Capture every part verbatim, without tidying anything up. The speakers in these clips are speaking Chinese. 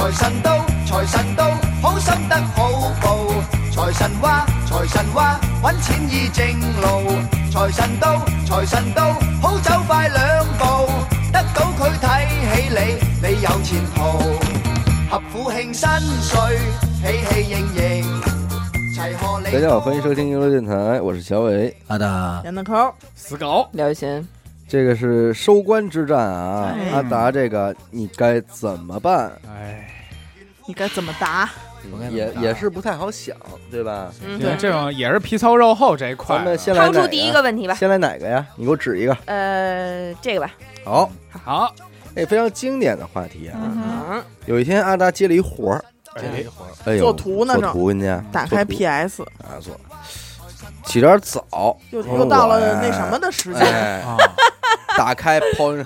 財神到，財神到，好心得好報。財神話，財神話，揾錢易正路。財神到，財神到，好走快兩步。得到佢睇起你，你有前途。合府慶新歲，喜氣盈盈。 大家好，欢迎收听娱乐电台，我是小伟。 阿达、 闫德抠、 死狗、 廖雨欣。 这个是收官之战啊！哎、阿达，这个你该怎么办？ 哎， 你该怎么答？ 嗯、也也是不太好想，对吧？ 嗯，对， 这种也是皮糙肉厚这一块。 咱们先来抛出第一个问题吧。 先来哪个呀？你给我指一个。 呃，这个吧。 好， 好， 哎，非常经典的话题啊！ 嗯、 有一天，阿达接了一活儿。 哎， 哎呦， 做图呢， 做图跟家打开 P S 啊，做，起点早， 又又到了那什么的时间， 哎、打开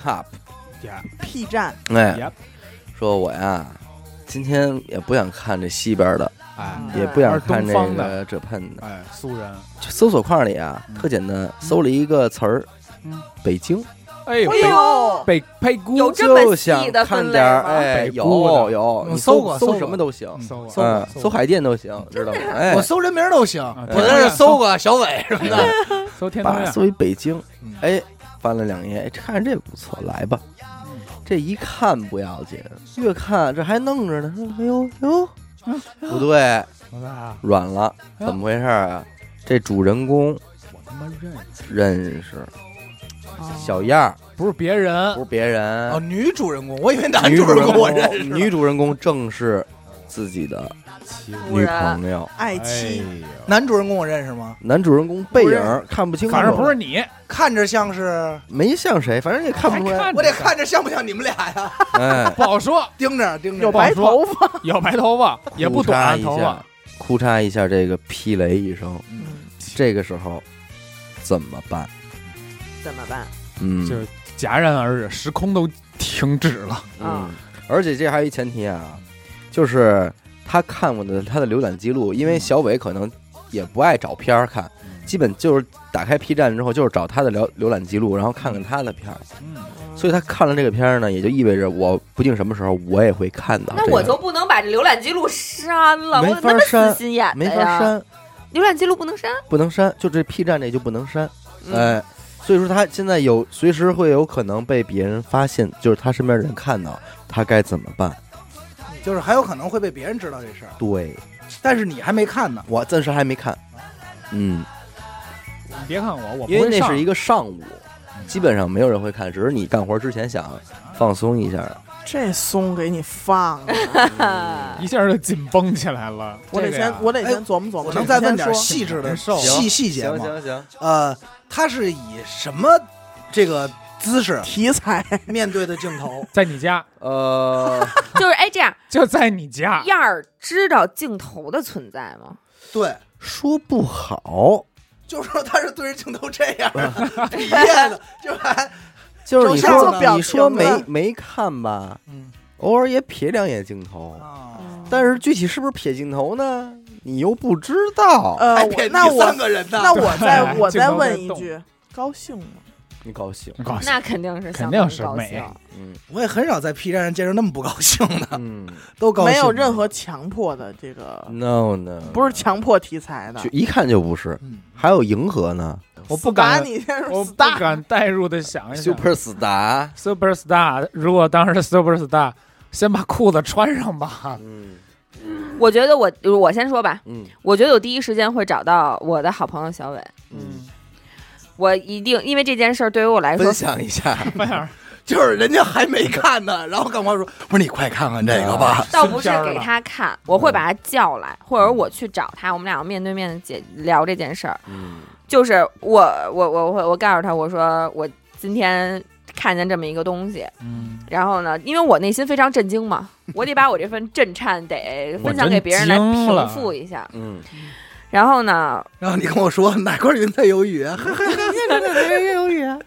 Pornhub，P 站， 哎，说我呀，今天也不想看这西边的， 哎， 也不想看这个这喷的， 哎，苏人， 搜索框里啊，特简单，搜了一个词儿， 嗯， 北京。 哎呦，北北姑有这么细的分类吗？ 哎，有有，你搜过搜什么都行， 搜嗯，搜海淀都行，知道吗？哎， 我搜人名都行，我在这搜过小伟什么的， 搜天通苑， 搜一北京，哎，翻了两页，哎，看这不错，来吧。这一看不要紧，越看这还弄着呢，哎呦呦，不对，软了，怎么回事啊？这主人公我他妈认识认识。小样不是别人， 不是别人哦，女主人公，我以为男主人公我认识。 女主人公正是自己的女朋友、 爱妻。 男主人公我认识吗？ 男主人公背影看不清楚， 反正不是你， 看着像是没像谁，反正也看不出来。 我得看着像不像你们俩呀？ 哎， 不好说， 盯着盯着。 有白头发， 有白头发，也不短头发。 哭嚓一下，这个劈雷一声，这个时候怎么办？ 怎么办？ 嗯， 就是戛然而止，时空都停止了。 嗯，而且这还有一前提啊，就是他看过的他的浏览记录，因为小伟可能也不爱找片儿看，基本就是打开 P 站之后就是找他的浏浏览记录，然后看看他的片儿。嗯，所以他看了这个片儿呢，也就意味着我不定什么时候我也会看到、这个。 那我就不能把这浏览记录删了？ 没法删， 我死心眼的没法删， 浏览记录不能删， 不能删，就这 P 站这就不能删。嗯、哎。所以说他现在有随时会有可能被别人发现，就是他身边人看到，他该怎么办？ 就是还有可能会被别人知道这事儿。 对， 但是你还没看呢， 我暂时还没看。嗯， 你别看我，我不因为那是一个上午，基本上没有人会看，只是你干活之前想放松一下。 这松给你放， 一下就紧绷起来了。 我得先，我得先琢磨琢磨。 我能再问点细致的细细节吗？ 行行行， 呃。他是以什么这个姿势题材面对的镜头？ 在你家， 呃， 就是哎，这样就在你家。 燕儿知道镜头的存在吗？ 对， 说不好， 就是说他是对着镜头这样的，毕业的，就还就是你说你说没啊没看吧？ 嗯， 偶尔也瞥两眼镜头， 啊、 但是具体是不是瞥镜头呢？你又不知道， 呃，那我三个人呢？ 那我再我再问一句，高兴吗？ 你高兴？ 高兴， 那肯定是肯定是美。 嗯， 我也很少在 P 站上见着那么不高兴的， 嗯， 都高兴， 没有任何强迫的这个 ，no no， 不是强迫题材的， 一看就不是。 嗯、 还有迎合呢， 我不敢， 你我不敢代入的想一想 ，super star，super star， 如果当时 super star， 先把裤子穿上吧。 嗯。 我觉得我我先说吧， 嗯， 我觉得我第一时间会找到我的好朋友小伟， 嗯， 我一定因为这件事儿对于我来说分享一下， 就是人家还没看呢，然后干嘛说不是你快看看这个吧？ 倒不是给他看，我会把他叫来，或者我去找他，我们两个面对面的解聊这件事儿。 嗯， 就是我我我会我告诉他，我说我今天看见这么一个东西， 嗯， 然后呢，因为我内心非常震惊嘛，我得把我这份震颤得分享给别人来平复一下， 嗯， 然后呢， 然后你跟我说哪块云彩有雨啊？ 有雨啊，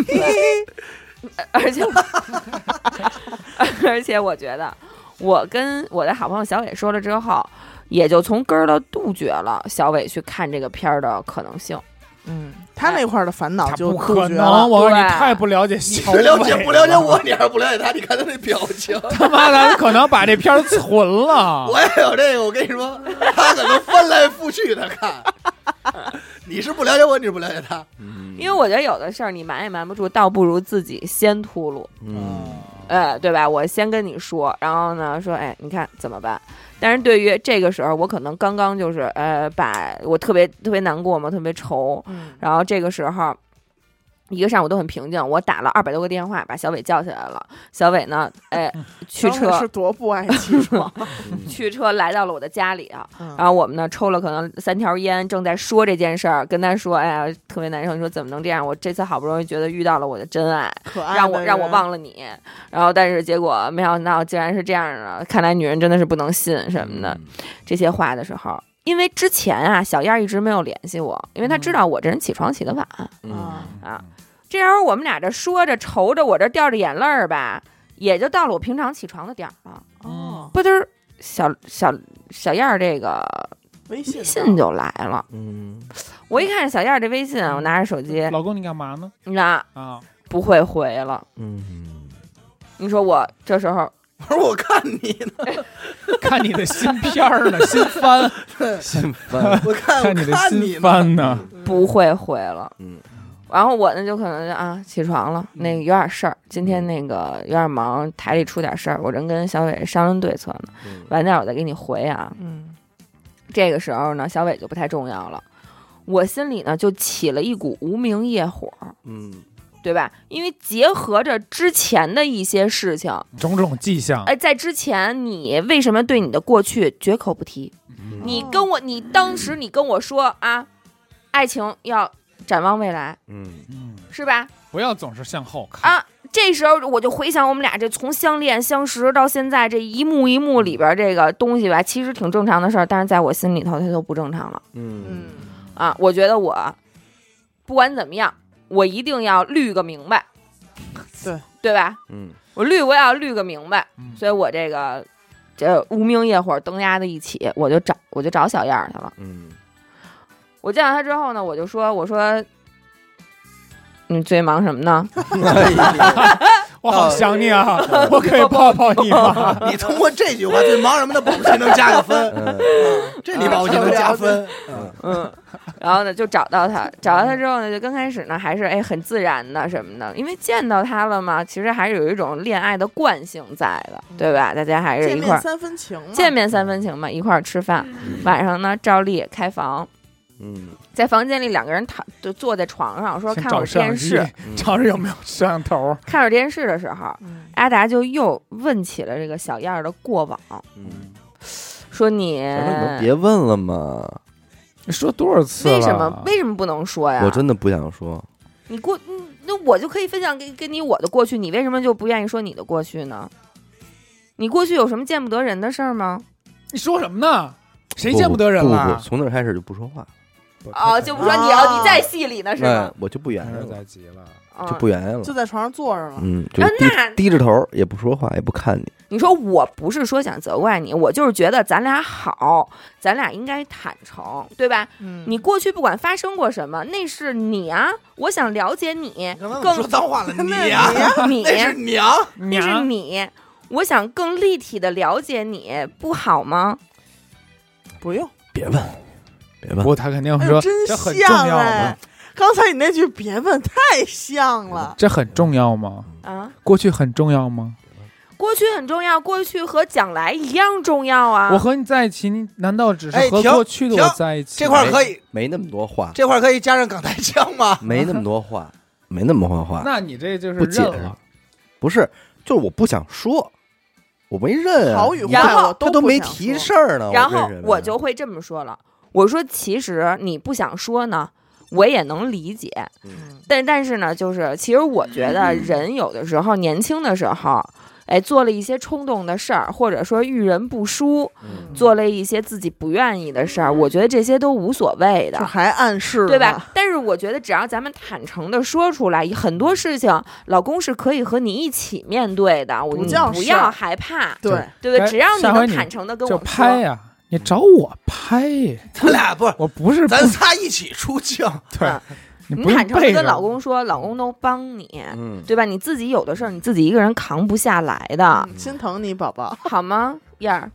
而且而且我觉得，我跟我的好朋友小伟说了之后，也就从根儿的杜绝了小伟去看这个片儿的可能性。 嗯，他那块的烦恼他就不可能， 杜绝了。 我对你太不了解小了解伟不了解我，你还是不了解他？你看他那表情， 他妈的可能把这片儿存了。 我也有这个。我跟你说，他可能翻来覆去的看。你是不了解我，你是不了解他。 因为我觉得有的事儿你瞒也瞒不住，倒不如自己先秃噜， 嗯， 哎，对吧？我先跟你说，然后呢说，哎，你看怎么办？但是对于这个时候，我可能刚刚就是呃，把我特别特别难过嘛，特别愁， 嗯， 然后这个时候。一个上午都很平静，我打了二百多个电话，把小伟叫起来了。小伟呢，哎，去车是多不爱起床， 去车来到了我的家里啊。 嗯然后我们呢抽了可能三条烟，正在说这件事儿，跟他说，哎呀，特别难受。你说怎么能这样？我这次好不容易觉得遇到了我的真爱， 可爱让我让我忘。 忘了你。然后但是结果没想到竟然是这样的，看来女人真的是不能信什么的。这些话的时候。因为之前啊，小燕一直没有联系我，因为她知道我这人起床起得晚、 嗯啊。这时候我们俩这说着愁着，我这掉着眼泪儿吧，也就到了我平常起床的点儿了。 哦， 不嘚儿，小小小燕儿这个微信微信就来了。 嗯， 我一看小燕儿这微信，我拿着手机， 老公你干嘛呢？ 那啊， 不会回了。 嗯， 你说我这时候。 我说我看你呢， 看你的新片儿呢，新番， 新番， 我看看你的新你番呢。 不会回了。 嗯， 然后我呢就可能就啊起床了，那个有点事儿，今天那个有点忙，台里出点事儿，我正跟小伟商量对策呢。晚点我再给你回啊。 嗯， 这个时候呢，小伟就不太重要了，我心里呢就起了一股无名业火。 嗯， 对吧？因为结合着之前的一些事情， 种种迹象。 哎，在之前你为什么对你的过去绝口不提？ 嗯你跟我，你当时你跟我说啊，爱情要展望未来， 嗯嗯， 是吧？ 不要总是向后看。 啊，这时候我就回想我们俩这从相恋相识到现在这一幕一幕里边这个东西吧，其实挺正常的事儿，但是在我心里头它就不正常了。 嗯嗯， 啊，我觉得我不管怎么样，我一定要捋个明白， 对对吧？ 嗯， 我捋我也要捋个明白， 嗯所以我这个这无名业火灯压在一起，我就找我就找小燕儿去了。 嗯， 我见到他之后呢，我就说我说你最忙什么呢？ 我好想你啊，我可以抱抱你吗？ 你通过这句话对忙什么的保不齐能加个分， 嗯这你保不齐能加分。 嗯，然后呢就找到他，找到他之后呢，就刚开始呢还是哎很自然的什么的，因为见到他了嘛，其实还是有一种恋爱的惯性在的，对吧？大家还是一块儿见面三分情嘛， 见面三分情嘛，一块儿吃饭，晚上呢照例开房。 嗯， 在房间里两个人躺就坐在床上说看会儿电视， 找着有没有摄像头。 看会儿电视的时候， 嗯阿达就又问起了这个小燕儿的过往， 嗯， 说你咱们能别问了吗？ 你说多少次了？ 为什么为什么不能说呀？ 我真的不想说。 你过，嗯那我就可以分享给跟你我的过去，你为什么就不愿意说你的过去呢？你过去有什么见不得人的事儿吗？ 你说什么呢？谁见不得人了？ 不不不，从那儿开始就不说话， 哦，就不说你要你在戏里呢是哎吗？， 我就不原谅了， 在急了。 啊就不原谅了就。在床上坐着了。 嗯，就啊低那低着头，也不说话，也不看你。 你说我不是说想责怪你，我就是觉得咱俩好，咱俩应该坦诚，对吧？ 嗯， 你过去不管发生过什么，那是你啊，我想了解你， 刚才更说脏话了，你那呀， 你那是娘。 那是娘， 你，我想更立体的了解你，不好吗？ 不用。 别问，别问。 不过他肯定哎呦， 说真这很重像要哎吗？！ 刚才你那句别问太像了。 这很重要吗？ 啊， 过去很重要吗？ 过去很重要，过去和将来一样重要啊。 我和你在一起，你难道只是和哎停过去的我停在一起？ 这块儿可以， 没那么多话， 这块儿可以加上港台腔吗？ 没那么多话，没那么多话。 那你这就是不解释认了。 不是，就是我不想说，我没认啊。 好与然后坏我他都不想没提说事儿呢。 然后认识的我就会这么说了，我说其实你不想说呢，我也能理解， 嗯但但是呢，就是其实我觉得人有的时候年轻的时候，哎，做了一些冲动的事儿，或者说遇人不淑， 嗯做了一些自己不愿意的事儿，我觉得这些都无所谓的。 就还暗示对吧呢？？ 但是我觉得，只要咱们坦诚的说出来，很多事情老公是可以和你一起面对的。我不你叫事儿不要害怕， 对， 对不对？ 该只要你下回你能坦诚的跟就我说， 拍呀， 你找我拍， 咱俩不是， 我不是咱仨一起出镜， 对， 嗯你不用你坦诚地背着跟老公说，老公都帮你， 嗯， 对吧？你自己有的事儿，你自己一个人扛不下来的， 嗯心疼你宝宝， 好吗？燕儿，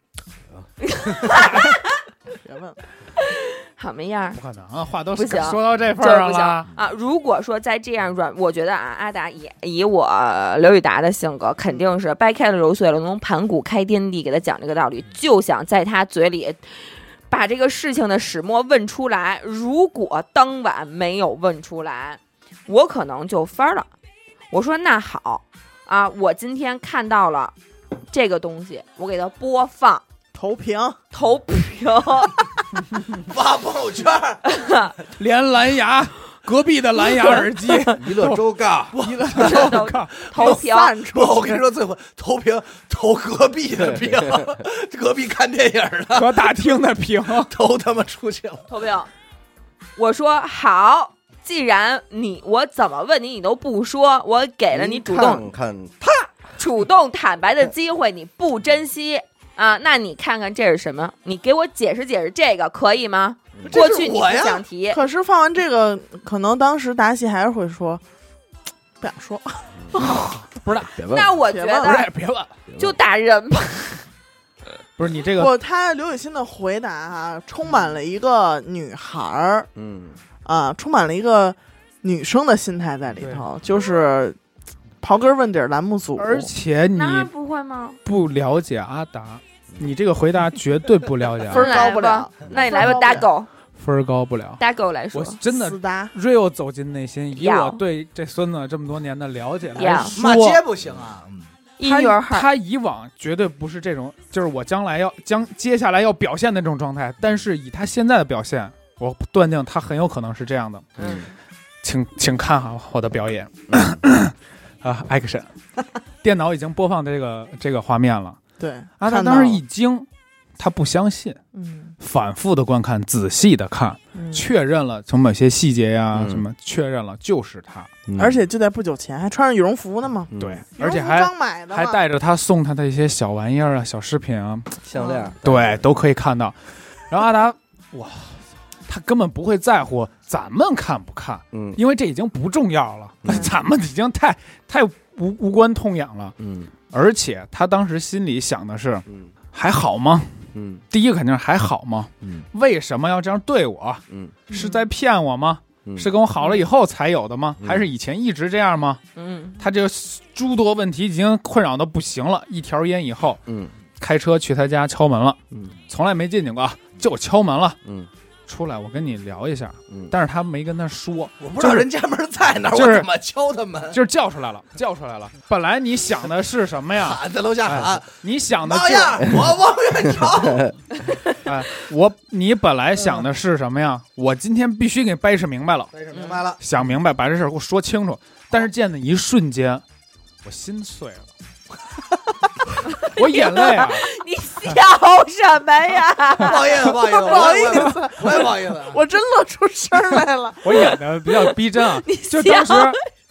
别问了， 好没燕儿？ 不可能啊，话都不行说到这份就是不行儿上了， 啊！如果说再这样软，我觉得啊，阿达以以我刘雨达的性格，肯定是掰开了揉碎了，能盘古开天地给他讲这个道理，就想在他嘴里把这个事情的始末问出来。如果当晚没有问出来，我可能就翻了。我说那好啊，我今天看到了这个东西，我给他播放投屏， 投屏。 发朋友圈， 连蓝牙隔壁的蓝牙耳机， 娱乐周告， 一个我靠， 投屏， 不，我跟你说，最后投屏投隔壁的屏，隔壁看电影的和大厅的屏， 都他妈出去了。 投屏。我说好，既然你我怎么问你你都不说，我给了你主动看看主动坦白的机会，你不珍惜啊？那你看看这是什么？你给我解释解释这个可以吗？ 这是过去你不我呀想提， 可是放完这个，可能当时达西还是会说，不想说， 不是别问， 那我觉别问不得是别问， 就打人吧。 不是你这个不，他刘雨欣的回答啊，充满了一个女孩儿嗯， 啊，充满了一个女生的心态在里头，就是刨根问底儿栏目组， 而且你那不会吗？ 不了解阿达，你这个回答绝对不了解阿达， 分儿高不了来吧，那你来吧，大狗， 分儿高不了。 大狗来说我，真的死达 real 走进内心，以要我对这孙子这么多年的了解来要骂说， 街不行啊，嗯 in your 他 heart， 他以往绝对不是这种，就是我将来要将接下来要表现的这种状态，但是以他现在的表现，我断定他很有可能是这样的。 嗯， 请请看好我的表演啊 ，action！ 电脑已经播放这个这个画面了。 对， 阿达看到了当时一惊，他不相信， 嗯， 反复的观看，仔细的看， 嗯确认了从某些细节呀、 嗯什么，确认了就是他。 嗯而且就在不久前还穿着羽绒服呢嘛， 嗯对， 羽绒服而且还刚买的嘛还带着他送他的一些小玩意儿啊、小饰品啊， 项链， 对，都可以看到。然后阿达，哇，他根本不会在乎咱们看不看， 嗯因为这已经不重要了， 嗯咱们已经太太无无关痛痒了。 嗯而且他当时心里想的是， 嗯还好吗？ 嗯第一个肯定是还好吗？ 嗯为什么要这样对我？ 嗯是在骗我吗？ 嗯是跟我好了以后才有的吗？ 嗯还是以前一直这样吗？ 嗯， 他这个诸多问题已经困扰的不行了。一条烟以后， 嗯开车去他家敲门了， 嗯从来没进去过啊，就敲门了。 嗯出来，我跟你聊一下。 嗯， 但是他没跟他说， 我不知道人家门在哪儿， 就是我怎么敲他门？ 就是叫出来了，叫出来了。本来你想的是什么呀？ 喊在楼下喊哎，你想的就妈呀，我王远超， 哎，我你本来想的是什么呀？我今天必须给你掰扯明白了， 没事明白了， 想明白，把这事儿给我说清楚。但是见的一瞬间，我心碎了，我眼泪啊！ 你笑什么呀？ 不好意思，不好意思， 不好意思， 我也不好意思， 我真乐出声来了， 我演的比较逼真啊，就当时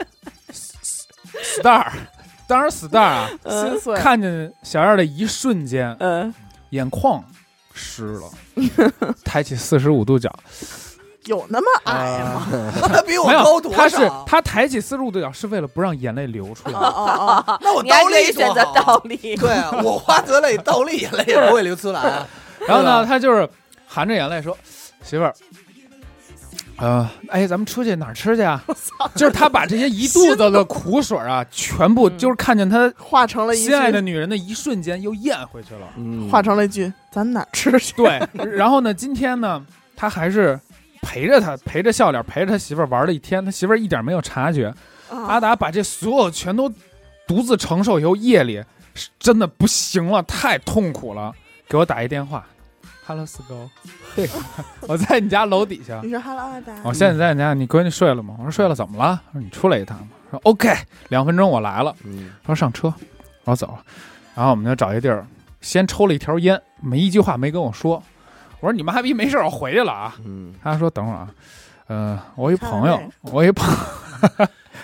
star，当时 star 啊， 心碎， 看见小燕的一瞬间， 嗯， 眼眶湿了，抬起四十五度角， 有那么矮吗？ 他比我没有， 高多他是少？ 他抬起四十五度角是为了不让眼泪流出来。 哦哦哦， 那我你还可以倒立选择多好倒立。 对啊，我花泽类倒立，眼泪也不会流出来啊。 然后呢，他就是含着眼泪说：“媳妇儿，呃，哎，咱们出去哪儿吃去啊？”就是他把这些一肚子的苦水啊，全部就是看见他化成了一句心爱的女人的一瞬间又咽回去了。 嗯化成了一句咱哪儿吃去？ 对，然后呢，今天呢，他还是陪着他，陪着笑脸，陪着他媳妇儿玩了一天，他媳妇儿一点没有察觉。阿啊， 达把这所有全都独自承受以后，夜里是真的不行了，太痛苦了，给我打一电话 ，Hello 四狗，嘿，我在你家楼底下， 你说 Hello 阿达， 我现在在你家，你闺女睡了吗？我说睡了，怎么了？他说你出来一趟吧。说 OK， 两分钟我来了。 嗯他说上车，我说走了，然后我们就找一地儿，先抽了一条烟，没一句话没跟我说。我说你妈逼没事，我回去了啊。 嗯他说等会儿啊，呃，我一朋友，我一朋，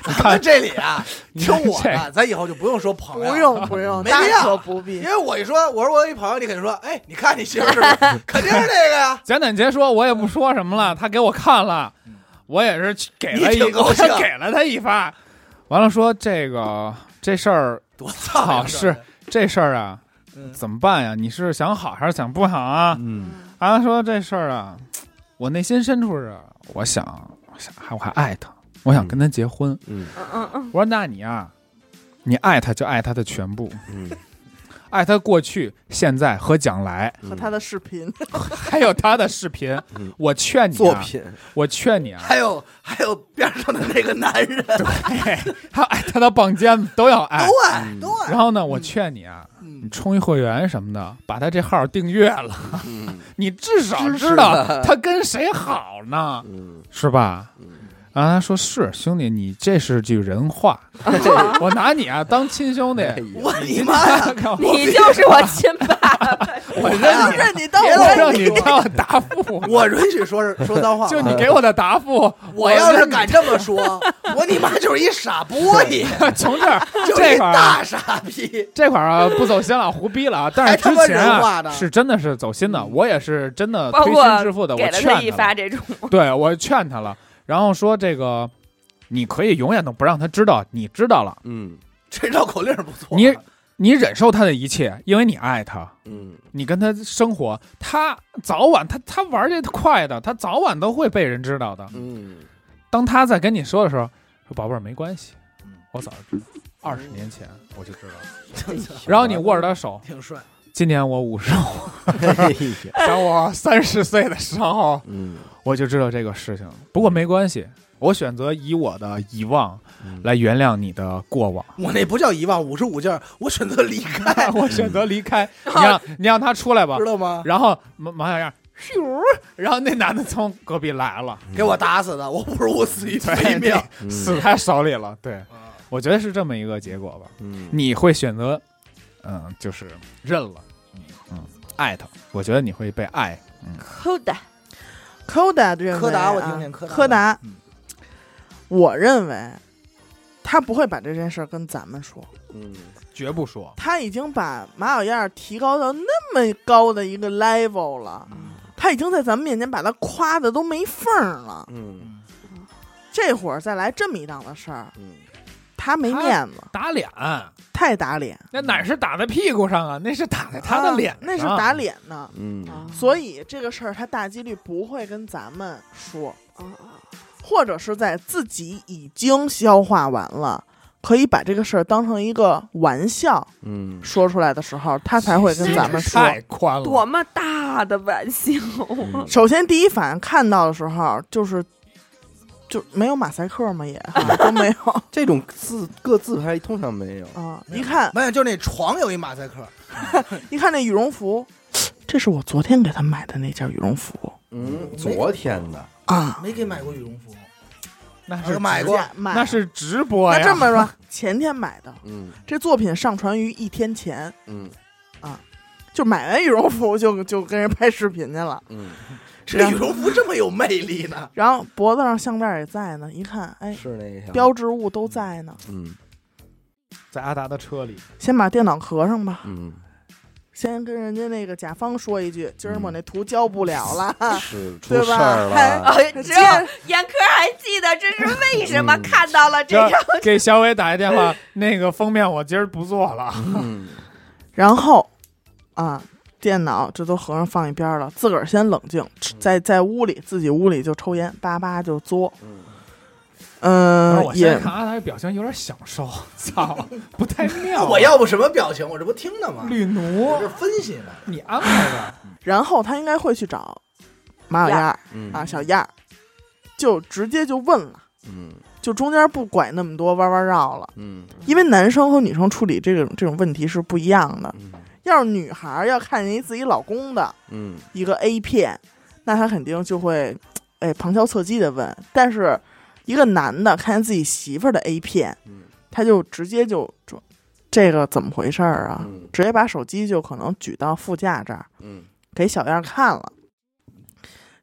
咱们这里啊， 你听我这的，咱以后就不用说朋友， 不用不用，大没必要可不必因。为我一说，我说我有一朋友，你肯定说，哎，你看你媳妇儿是不是？肯定是这个呀。 简短截说，我也不说什么了，他给我看了，我也是给了你一个， 挺高兴我给了他一发，完了说这个这事儿多操呀！ 好是这事儿啊， 嗯怎么办呀？你是想好还是想不好啊？ 嗯啊，说这事儿啊，我内心深处是我想，我想还我还爱他，我想跟他结婚。 嗯嗯嗯嗯， 我说那你啊，你爱他就爱他的全部， 嗯， 爱他过去、现在和将来， 和他的视频， 还有他的视频。 嗯我劝你、啊， 作品， 我劝你啊， 还有还有边上的那个男人， 对，还有爱他的棒尖子都要爱。 都爱嗯都爱。 然后呢，我劝你啊，你嗯， 充一会员什么的，把他这号订阅了， 嗯你至少支持知道他他跟谁好呢， 嗯是吧？ 嗯然后他说是兄弟，你这是句人话，我拿你啊当亲兄弟， 哎呀我你妈呀！ 你就是我亲爸爸。 我认你， 我认你当我我让你当我答复， 我允许说是说脏话吗， 就你给我的答复， 我要是敢这么说，我你妈就是一傻波一， 从这儿就是一这块儿啊大傻逼。 这块儿啊不走心了，胡逼了啊！但是还他妈之前啊人话呢是真的是走心的，我也是真的包推心括置腹的，我给了劝他了他一发，这种， 对我劝他了，然后说这个你可以永远都不让他知道你知道了， 嗯这绕口令不错。 你你忍受他的一切，因为你爱他， 嗯你跟他生活，他早晚他他玩这快的，他早晚都会被人知道的。 嗯当他在跟你说的时候，说宝贝儿没关系嗯， 我早就知道，二十年前我就知道了。然后你握着他手， 挺帅， 今年我五十， 哎呀当我三十岁的时候， 嗯我就知道这个事情了。不过没关系，我选择以我的遗忘嗯来原谅你的过往。 我那不叫遗忘，五十五件，我选择离开， 我选择离开，你让你让他出来吧知。道吗？ 然后马马小样，咻，然后那男的从隔壁来了， 给我打死的，我不如我死于非对命。 嗯死他手里了。对，我觉得是这么一个结果吧。 嗯你会选择，嗯，就是认了，嗯，爱他。我觉得你会被爱，嗯， 扣的， 柯达认为啊， 柯达我听听柯达柯达嗯， 我认为他不会把这件事儿跟咱们说， 嗯绝不说。 他已经把马小燕提高到那么高的一个 level 了，他已经在咱们面前把他夸的都没缝儿了。 嗯这会儿再来这么一档的事儿， 嗯他没面子， 打脸， 太打脸。 那哪是打在屁股上啊？那是打在他的脸上， 啊那是打脸呢。 嗯所以这个事儿他大几率不会跟咱们说， 嗯或者是在自己已经消化完了，可以把这个事儿当成一个玩笑嗯说出来的时候，他才会跟咱们说。 太宽了， 多么大的玩笑啊！ 首先第一反应看到的时候，就是就没有马赛克吗？也哈都没有这种自各自拍通常没有。 啊！一看没有，就那床有一马赛克， 一看那羽绒服，这是我昨天给他买的那件羽绒服嗯，昨天的啊。 没给买过羽绒服， 那是直买过买那是直播呀。 那这么说，前天买的， 嗯这作品上传于一天前， 嗯就买完羽绒服就就跟人拍视频去了， 嗯， 这羽绒服这么有魅力呢？ 然后脖子上项链也在呢，一看，哎， 是那一条标志物都在呢。 嗯在阿达的车里， 先把电脑合上吧， 嗯先跟人家那个甲方说一句，今儿我那图交不了了， 是出对吧事儿还了。 哎， 这只有严科还记得这是为什么嗯看到了这这张。 给小伟打一电话，那个封面我今儿不做了。 嗯然后啊，电脑这都合上放一边了，自个儿先冷静，在在屋里自己屋里就抽烟，叭叭就作， 嗯嗯、 我现在也看阿达这表情有点享受，操，不太妙啊。 我要不什么表情？我这不听呢吗？ 绿奴我这，分析呢。 你安排的， 然后他应该会去找马小燕儿嗯啊，小燕儿，就直接就问了， 嗯就中间不拐那么多弯弯绕了， 嗯因为男生和女生处理这种这种问题是不一样的。 嗯要是女孩儿要看见一自己老公的嗯一个 A 片，那她肯定就会，哎，旁敲侧击的问。但是一个男的看见自己媳妇儿的 A 片， 嗯他就直接就说这个怎么回事儿啊？ 嗯直接把手机就可能举到副驾这儿嗯给小燕儿看了。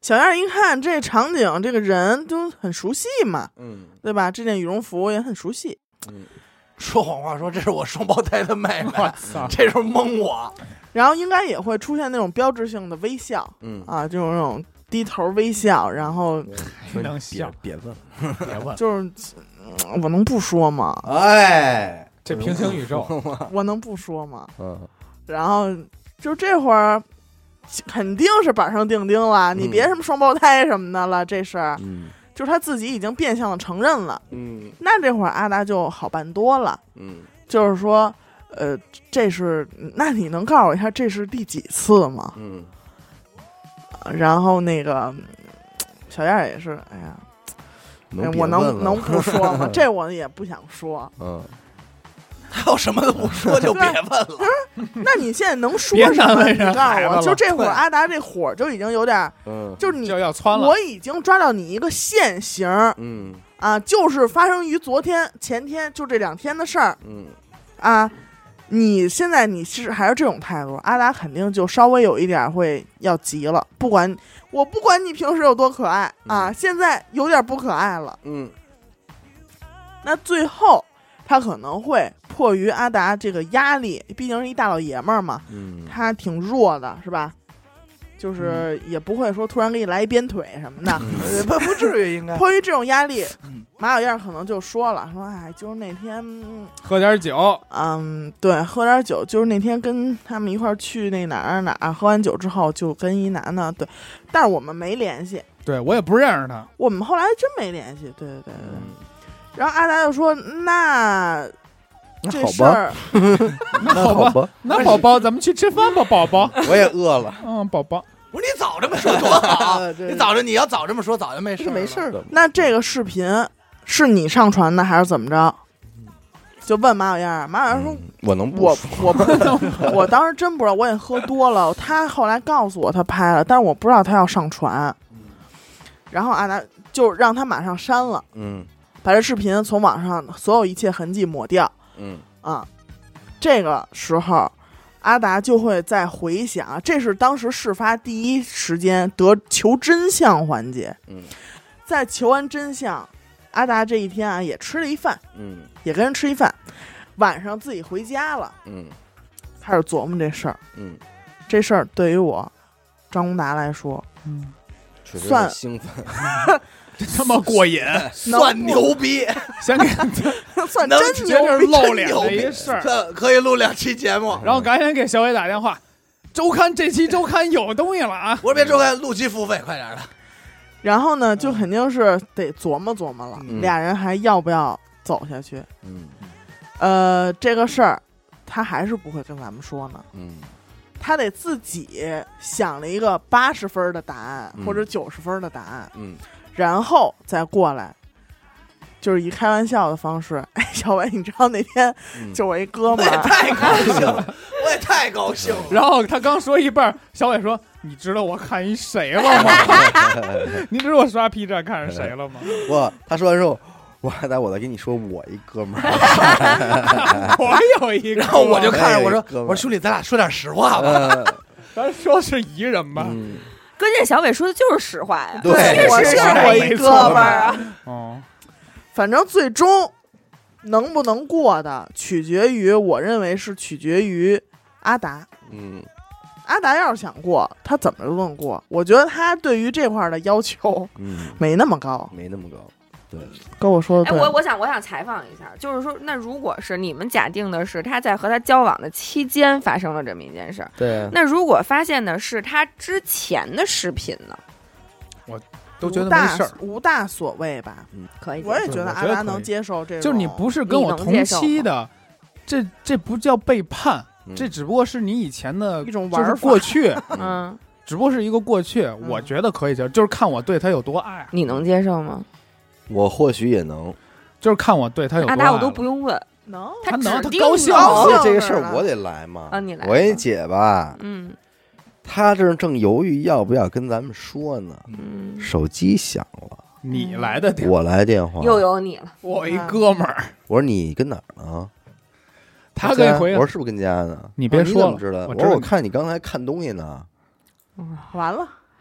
小燕一看这场景，这个人都很熟悉嘛， 嗯对吧？这件羽绒服也很熟悉。 嗯， 说谎话说这是我双胞胎的妹妹我，操， 这时候蒙我。 然后应该也会出现那种标志性的微笑嗯啊，这种那种低头微笑，然后能笑别别问了， 别问， 就是、嗯我能不说吗？ 哎， 这平行宇宙， 我能不说吗？ 嗯然后就这会儿肯定是板上钉钉了，你别什么双胞胎什么的了，这事儿嗯就是他自己已经变相的承认了。 嗯那这会儿阿达就好办多了， 嗯， 就是说，呃，这是，那你能告诉我一下这是第几次吗？ 嗯然后那个小燕儿也是，哎呀，哎我能别问了能能不说吗？这我也不想说。 嗯他要什么都不说就别问了。 那你现在能说别什么？ 难为人你告诉我， 孩子了就这会儿对阿达这火就已经有点， 嗯就是你就要窜了。 我已经抓到你一个现行嗯啊，就是发生于昨天、前天就这两天的事儿嗯啊。你现在你是还是这种态度，阿达肯定就稍微有一点会要急了。不管我不管你平时有多可爱啊， 嗯现在有点不可爱了。 嗯那最后他可能会迫于阿达这个压力，毕竟是一大老爷们儿嘛， 嗯， 他挺弱的，是吧？就是也不会说突然给你来一鞭腿什么的。 呃不不至于应该。 迫于这种压力嗯， 马小燕可能就说了，说哎，就是那天，嗯喝点酒， 嗯，对，喝点酒，就是那天跟他们一块儿去那哪儿哪儿，喝完酒之后就跟一男的，对，但是我们没联系， 对我也不认识他， 我们后来真没联系，对对对对。 嗯然后阿达就说，那那好吧， 这事儿， 那好吧， 那宝宝，咱们去吃饭吧，宝宝。 我也饿了， 嗯，宝宝， 我说你早这么说多好， 这你早就你要早这么说，早就没事了这没事儿的， 那这个视频是你上传的还是怎么着？就问马小燕，马小燕说， 嗯我能不我说我不，我当时真不知道，我也喝多了。他后来告诉我他拍了，但是我不知道他要上传。然后阿达就让他马上删了， 嗯把这视频从网上所有一切痕迹抹掉嗯啊。这个时候，阿达就会再回想，这是当时事发第一时间得求真相环节。 嗯在求完真相，阿达这一天啊也吃了一饭， 嗯也跟人吃一饭，晚上自己回家了， 嗯开始琢磨这事儿。 嗯， 这事儿对于我张宏达来说， 嗯， 确实算很兴奋， 真他妈过瘾， 算牛逼， 先给算能真牛直接是逼。 露脸的牛逼一事儿， 可可以录两期节目。 然后赶紧给小伟打电话，周刊这期周刊有东西了啊！ 我说别周刊录期付费，快点的。 然后呢，就肯定是得琢磨琢磨了， 嗯俩人还要不要走下去？ 嗯呃，这个事儿他还是不会跟咱们说呢， 嗯他得自己想了一个八十分的答案、 嗯或者九十分的答案， 嗯然后再过来。就是以开玩笑的方式，哎，小伟，你知道那天嗯， 就我一哥我也们儿， 太高兴了，我也太高兴了。 然后他刚说一半，小伟说：“你知道我看一谁了吗？你知道我刷 P 站看是谁了吗？ 我他说完之后，我还在我再跟你说我一哥们儿， 我有一个。” 然后我就看着我说哎：“哥们儿我说兄弟，咱俩说点实话吧。 嗯咱说是一人吧？ 嗯关键小伟说的就是实话呀， 对我是确实是我一哥们儿啊。 哦， 反正最终能不能过的，取决于我认为是取决于阿达。 嗯阿达要是想过，他怎么都能过。我觉得他对于这块儿的要求嗯， 没那么高。 没那么高，对， 跟我说的哎， 对， 我我想我想采访一下，就是说，那如果是你们假定的是他在和他交往的期间发生了这么一件事儿， 对， 那如果发现的是他之前的视频呢？ 都觉无大得没事儿。 无大所谓吧。 可以接受， 我也觉得我觉得可以阿达能接受这种， 就是你不是跟我同期的，这这不叫背叛， 嗯这只不过是你以前的一种就是玩法过去， 嗯， 只不过是一个过去。我觉得可以接受，就是看我对他有多爱， 你能接受吗？ 我或许也能， 就是看我对他有多爱了。 阿达我都不用问， 能他能指定他高兴能高兴这这个事着呢儿我得来嘛， 啊你来我也姐吧， 嗯他这正犹豫要不要跟咱们说呢， 嗯， 手机响了， 你来的电话， 我来电话， 又有你了， 我一哥们儿， 我说你跟哪儿呢？ 他给回我说是不是跟家呢？ 你别说了我说你怎么知道？我我知道说我看你刚才看东西呢。 完了，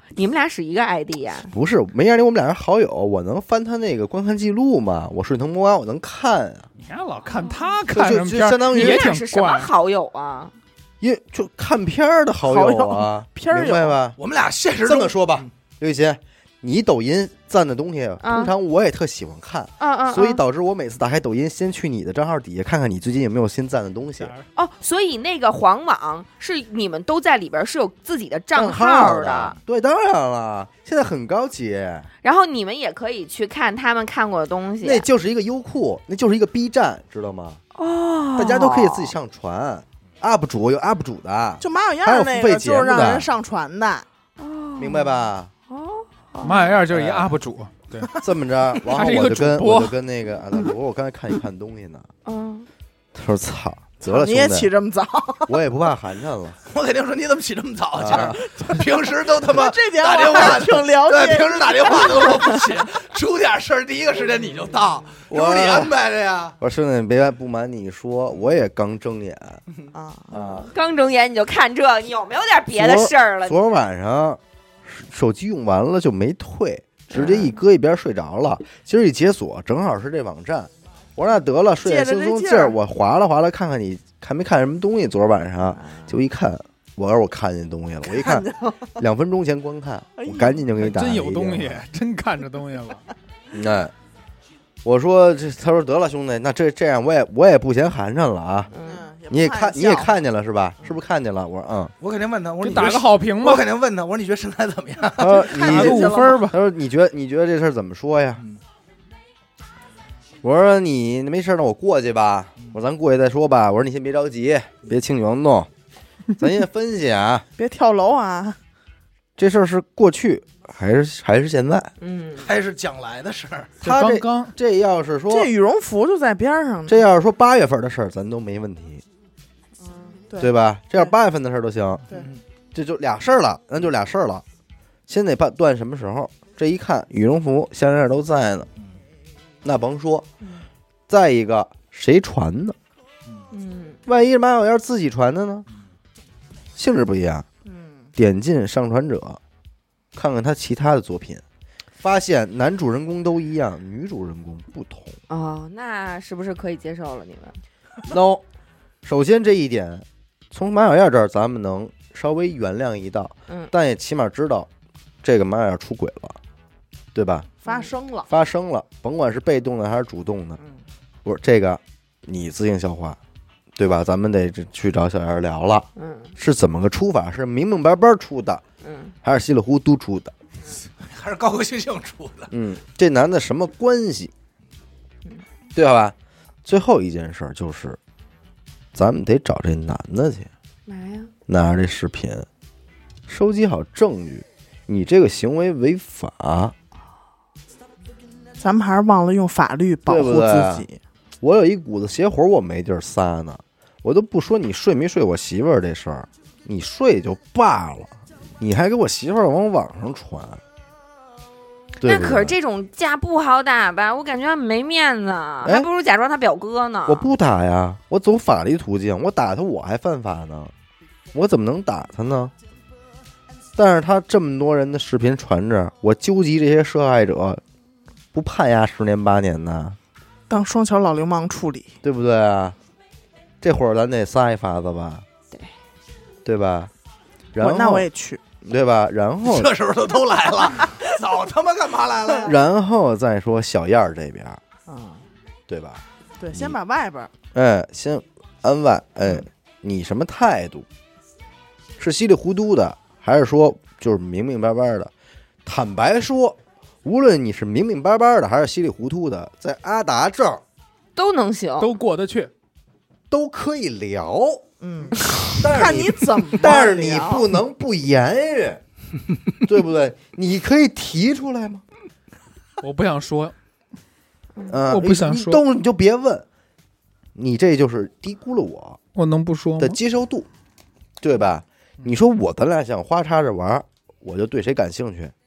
你们俩是一个 I D 呀？ 不是没让你我们俩人好友，我能翻他那个观看记录吗？我顺藤摸瓜，我能看啊。 你还老看他看什么就片儿， 相当于你们也挺俩是什么怪。 好友啊？ 因为就看片儿的好友啊， 片儿友明白吧？ 我们俩现实中这么说吧，刘雨欣，你抖音赞的东西，通常我也特喜欢看， 嗯嗯， 所以导致我每次打开抖音，先去你的账号底下看看你最近有没有新赞的东西。 哦，所以那个黄网是你们都在里边是有自己的账号的， 对，当然了，现在很高级， 然后你们也可以去看他们看过的东西。 那就是一个优酷，那就是一个 B 站，知道吗？ 哦， 大家都可以自己上传 ，U P 主有 U P 主的， 就马小还有燕那个付费节目的就是让人上传的， 哦明白吧？ 哦， 马小燕就是一个哎 U P 主，对， 这么着，然后他是一个我就跟主播我就跟那个啊，我我刚才看你看东西呢， 嗯， 他说操，得了， 你也兄弟起这么早， 我也不怕寒碜了。 我肯定说你怎么起这么早啊？今啊儿平时都他妈这点打电话我还挺了对， 解。 平时打电话都说不起，出点事儿第一个时间你就到，这不是你安排的呀？ 我说兄弟，别不瞒你说，我也刚睁眼啊， 啊。 刚睁眼你就看这，你有没有点别的事儿了？ 昨儿晚上手机用完了就没退，直接一搁一边睡着了。今儿一解锁，正好是这网站。我说那得了，睡眼惺忪劲儿，我划拉划拉看看你看没看什么东西。昨儿晚上就一看，我说我看见东西了，我一看两分钟前观看，我赶紧就给你打了真一电话。 有东西，真看着东西了。 哎，我说这，他说得了，兄弟，那这这样我也我也不嫌寒碜了啊。 嗯， 你也看你也笑看见了是吧？是不是看见了？我说嗯。 我肯定问他，我说就打个你觉得好评吧我，肯定问他，我说你觉得身材怎么样？ 他说打个你五分吧。 他说你觉得你觉得这事儿怎么说呀？ 嗯我说你没事儿，那我过去吧。我说咱过去再说吧。我说你先别着急，别轻举妄动，咱先分析啊， 别跳楼啊！ 这事儿是过去还是还是现在？ 嗯， 还是将来的事儿？ 就他这刚刚这要是说这羽绒服就在边上呢。 这要是说八月份的事儿，咱都没问题， 对对吧？这要八月份的事儿都行， 对这就俩事儿了，那就俩事儿了。先得判断什么时候。这一看羽绒服项链都在呢，那甭说。再一个，谁传的？ 嗯， 万一马小燕自己传的呢？性质不一样。 嗯， 点进上传者，看看他其他的作品，发现男主人公都一样，女主人公不同。 哦，那是不是可以接受了？你们 no， 首先这一点，从马小燕这儿咱们能稍微原谅一道， 嗯但也起码知道这个马小燕出轨了，对吧？ 发生了。 发生了，甭管是被动的还是主动的， 嗯， 不是这个你自行消化，对吧？咱们得去找小燕聊了， 嗯是怎么个出法？是明明白白出的， 嗯还是稀里糊涂出的？ 还是高高兴兴出的？ 嗯，这男的什么关系？对吧？最后一件事就是，咱们得找这男的去， 嘛呀？ 拿着这视频，收集好证据，你这个行为违法。 咱们还是忘了用法律保护对不对自己。 我有一股子邪火，我没地儿撒呢。我都不说你睡没睡我媳妇儿这事儿，你睡就罢了，你还给我媳妇儿往网上传。对不对那可是这种架不好打吧？我感觉没面子， 哎还不如假装他表哥呢。 我不打呀，我走法律途径，我打他我还犯法呢，我怎么能打他呢？但是他这么多人的视频传着，我纠集这些受害者，不判压十年八年呢， 当双桥老流氓处理。 对不对啊？这会儿咱得撒一法子吧， 对， 对吧？然后我那我也去。 对吧？然后这时候都都来了，早他妈干嘛来了呀？ 然后再说小燕儿这边， 嗯， 对吧？ 对，先把外边儿。 哎，先安外，哎，你什么态度？是稀里糊涂的，还是说就是明明白白的？坦白说，无论你是明明白白的还是稀里糊涂的，在阿达这儿都能行。 都过得去。 都可以聊， 嗯， 但是看你怎么聊。 但是你不能不言语，对不对？你可以提出来吗？ 我不想说， 嗯， 我不想说你动你就别问，你这就是低估了我我能不说吗的？接受度，对吧？你说我咱俩想花插着玩儿，我就对谁感兴趣， 嗯，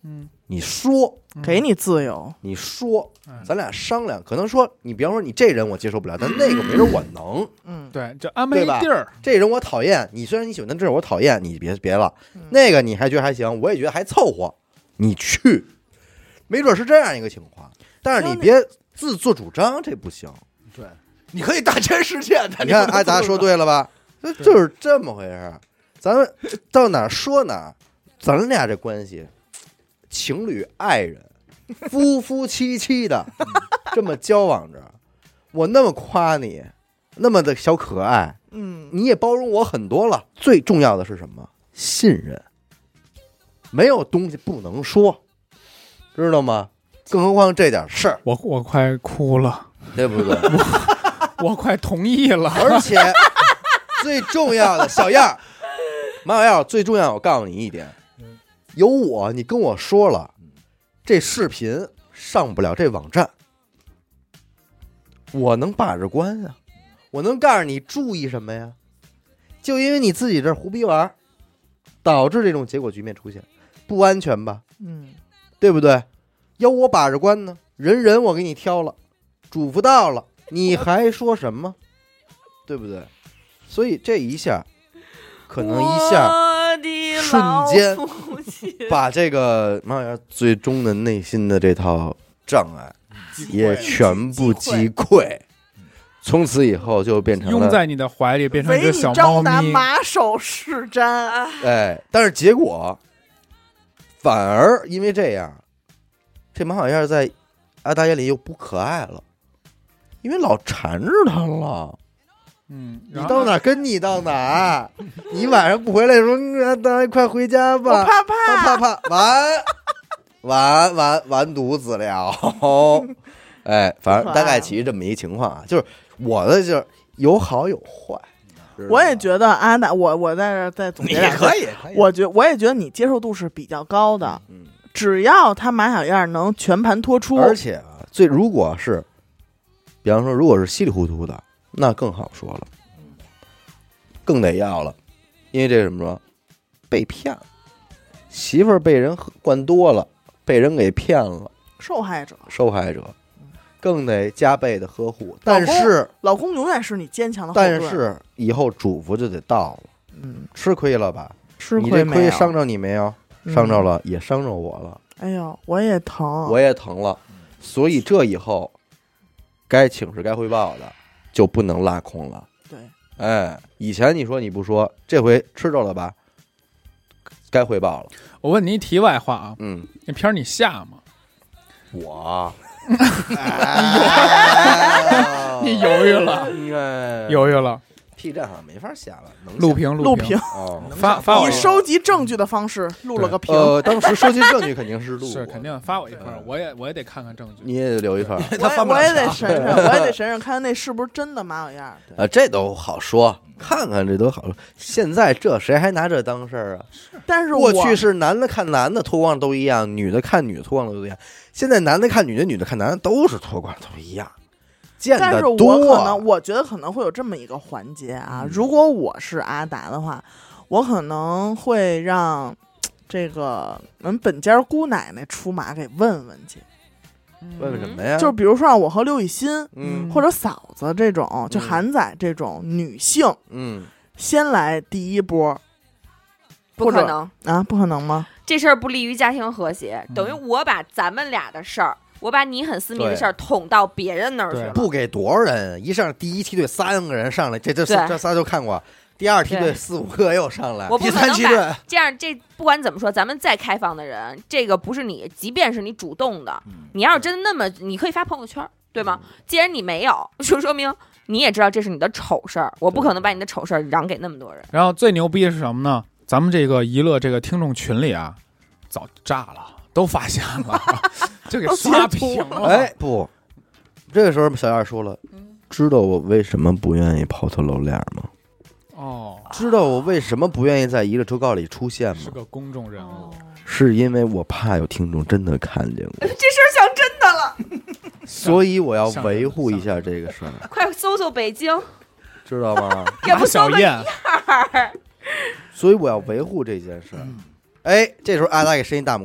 你说， 给你自由， 你说嗯， 咱俩商量。可能说你，比方说你这人我接受不了，但那个没准我能。 嗯， 对，就安排对吧一地儿， 这人我讨厌，你虽然你喜欢，但这人我讨厌，你别别了。 嗯那个你还觉得还行，我也觉得还凑合，你去，没准是这样一个情况。但是你别自作主张，这不行。 对，你可以大千世界的。 你看，哎，咱说对了吧？就就是这么回事儿。咱们到哪儿说哪儿，咱俩这关系，情侣、爱人、夫夫妻妻的这么交往着，我那么夸你，那么的小可爱， 嗯， 你也包容我很多了。最重要的是什么？信任。没有东西不能说，知道吗？更何况这点事儿， 我我快哭了， 对不对？ 我快同意了。 而且最重要的，小样儿，马小燕，最重要，我告诉你一点，有我，你跟我说了，这视频上不了这网站，我能把着关啊，我能告诉你注意什么呀？就因为你自己这胡逼玩，导致这种结果局面出现，不安全吧？ 嗯， 对不对？要我把着关呢，人人我给你挑了，嘱咐到了，你还说什么？对不对？所以这一下，可能一下瞬间把这个马小燕最终的内心的这套障碍也全部击溃，从此以后就变成了拥在你的怀里，变成一唯你只小猫张达， 咪。 马首是瞻。 哎，但是结果反而因为这样，这马小燕在阿达眼里又不可爱了，因为老缠着他了。 嗯， 你然后到哪儿跟你到哪儿，你晚上不回来说，嗯大家快回家吧， 我怕怕怕怕怕，完完完完犊子了。哎，反正大概其实这么一情况啊，就是我的就是有好有坏。 我也觉得阿达，我我在这儿再总结你两句， 可以，可以。 我觉我也觉得你接受度是比较高的， 嗯， 只要他马小燕能全盘托出， 而且啊，最如果是，比方说如果是稀里糊涂的，那更好说了，更得要了，因为这是什么说，被骗了，媳妇儿被人灌多了，被人给骗了， 受害者， 受害者更得加倍的呵护。但是， 老公永远是你坚强的后盾。 但是以后嘱咐就得到了， 嗯， 吃亏了吧？ 吃你这亏没有？ 亏伤着你没有？ 嗯伤着了，也伤着我了， 哎呦，我也疼， 我也疼了。所以这以后该请示、该汇报的就不能落空了。 对， 哎，以前你说你不说，这回吃着了吧？该汇报了。 我问你一题外话啊， 嗯， 那片儿你下吗？ 我， 你犹豫了， 哎， 犹豫了。 P 站好像没法下了，能下录屏录屏屏， 哦。 发发我一以收集证据的方式录了个屏。 呃，当时收集证据肯定是录过， 是肯定发我一份儿，我也我也得看看证据。 你也得留一份儿。 我他也我也得翻不了墙审审，我也得审审，看看那是不是真的马小燕儿。 啊，这都好说，看看这都好说。现在这谁还拿这当事儿啊？ 但是过我去是男的看男的脱光都一样，女的看女的脱光都一样。现在男的看女的，女的看男的都是脱光都一样，见但是我得多。 可能，我觉得可能会有这么一个环节啊。 嗯如果我是阿达的话，我可能会让这个我们本家姑奶奶出马给问问去， 问问什么呀？ 就是比如说让我和刘雨欣嗯或者嫂子这种，就嗯韩仔这种女性嗯， 先来第一波不可能， 啊？不可能吗？ 这事儿不利于家庭和谐， 嗯等于我把咱们俩的事儿，我把你很私密的对事儿捅到别人那儿去对了。 不给多少人？一上第一梯队三个人上来，这这对这仨都看过。第二梯队对四五个又上来， 我不第可能把三梯队这样，这不管怎么说，咱们再开放的人，这个不是你，即便是你主动的，你要是真的那么，你可以发朋友圈，对吗？既然你没有，就说明你也知道这是你的丑事儿，我不可能把你的丑事儿让给那么多人。 然后最牛逼的是什么呢？咱们这个娱乐这个听众群里啊，早炸了，都发现了，就给刷屏了。 哎，不，这个时候小燕说了，知道我为什么不愿意抛头露脸吗？ 哦， 知道我为什么不愿意在娱乐周告里出现吗？ 是个公众人物， 是因为我怕有听众真的看见我， 这事儿像真的了， 所以我要维护一下这个事儿， 快搜搜北京， 知道吗？ 也不马搜个样小燕， 儿。 所以我要维护这件事儿。哎，这时候阿达给伸一大拇哥，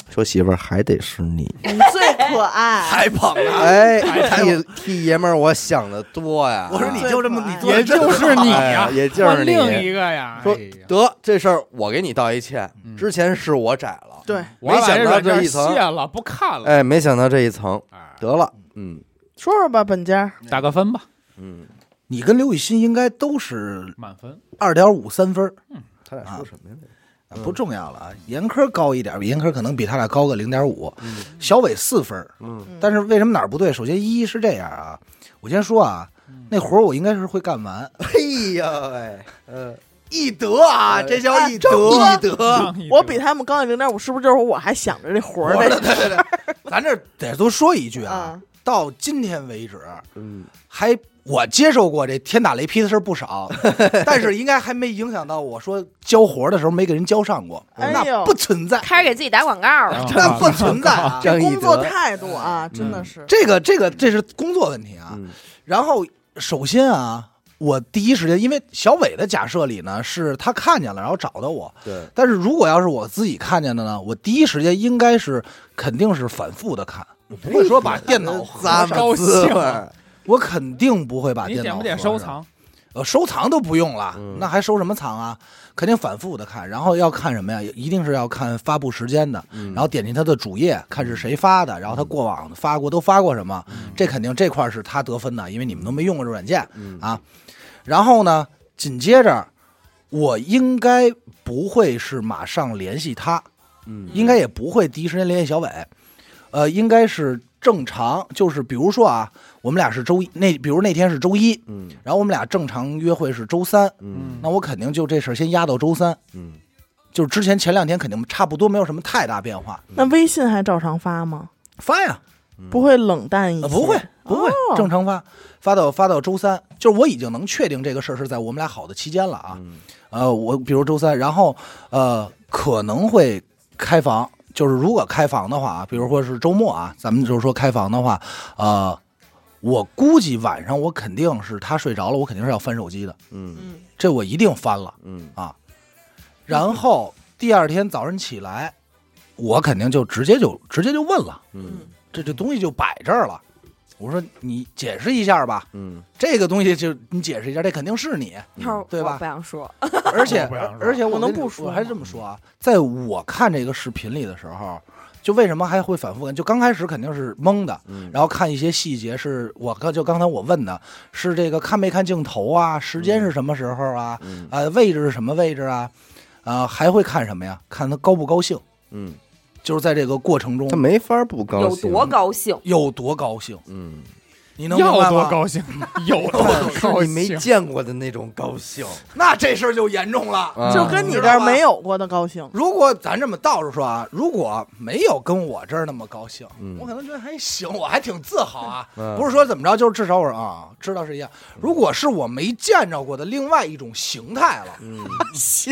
说媳妇儿还得是你， 你最可爱， 还捧啊！ 哎，替替爷们儿我想的多呀。 我说你就这么， 哎你做也就是你哎呀， 也就是你换另一个呀。 说哎呀得这事儿我给你道一歉， 嗯之前是我窄了， 对， 我把没想到软件这一层卸了，不看了。 哎，没想到这一层， 哎得了，嗯说说吧，本家。 打个分吧， 嗯， 你跟刘雨欣应该都是满分。 二点五三分， 他俩说什么呀？ 啊不重要了啊。严科高一点，严科可能比他俩高个零点五， 嗯小伟四分。 嗯但是为什么哪儿不对？首先一是这样啊，我先说啊，那活儿我应该是会干完。 哎呀喂，呃， 一德啊，这叫一德， 哎一德。 上一我比他们高零点五，是不是就是我还想着这活儿对呢？ 对对对，咱这得多说一句啊啊， 到今天为止， 嗯， 还我接受过这天打雷劈的事儿不少，但是应该还没影响到我说交活的时候没给人交上过， 哎呦那不存在， 开始给自己打广告了。 那不存在啊。 张一工作德， 态度啊，真的是。 这个这个这是工作问题啊。 嗯然后首先啊，我第一时间，因为小伟的假设里呢是他看见了，然后找到我。 对， 但是如果要是我自己看见的呢，我第一时间应该是肯定是反复的看，我不会说把电脑合咂上， 摸滋味儿， 我肯定不会把你电脑点不点合上收？藏？ 呃，收藏都不用了， 嗯那还收什么藏啊？肯定反复的看，然后要看什么呀？一定是要看发布时间的， 嗯然后点进他的主页看是谁发的，然后他过往发过都发过什么，这肯定这块是他得分的，因为你们都没用过这软件嗯啊。然后呢，紧接着我应该不会是马上联系他， 嗯应该也不会第一时间联系小伟，呃，应该是正常，就是比如说啊，我们俩是周一，那比如那天是周一， 嗯然后我们俩正常约会是周三， 嗯那我肯定就这事儿先压到周三， 嗯， 就是之前前两天肯定差不多没有什么太大变化， 那微信还照常发吗？ 发呀， 不会冷淡一些？ 呃不会不会， 哦正常发，发到发到周三，就是我已经能确定这个事儿是在我们俩好的期间了啊， 嗯呃，我比如周三，然后呃可能会开房，就是如果开房的话啊，比如说是周末啊，咱们就是说开房的话，呃，我估计晚上我肯定是他睡着了，我肯定是要翻手机的， 嗯嗯， 这我一定翻了嗯啊。然后第二天早上起来，我肯定就直接就直接就问了， 嗯这这东西就摆这儿了。我说你解释一下吧， 嗯这个东西就你解释一下，这肯定是你， 他说对吧我不想说， 而且我不想说而且我跟不能不说我还这么说啊，在我看这个视频里的时候，就为什么还会反复看？就刚开始肯定是懵的， 嗯， 然后看一些细节，是我刚就刚才我问的，是这个看没看镜头啊，时间是什么时候啊， 嗯呃，位置是什么位置啊，啊、还会看什么呀？看他高不高兴， 嗯， 就是在这个过程中他没法不高有兴， 多高兴？ 有多高兴， 嗯， 你能明白要多吗？ 高兴，有多高是你没兴。 见过的那种高兴， 那这事儿就严重了。 啊就跟你这儿没有过的高兴。 如果咱这么倒着说啊，如果没有跟我这儿那么高兴， 嗯我可能觉得还行，我还挺自豪啊。 嗯不是说怎么着，就是至少我啊知道是一样。如果是我没见着过的另外一种形态了， 嗯行，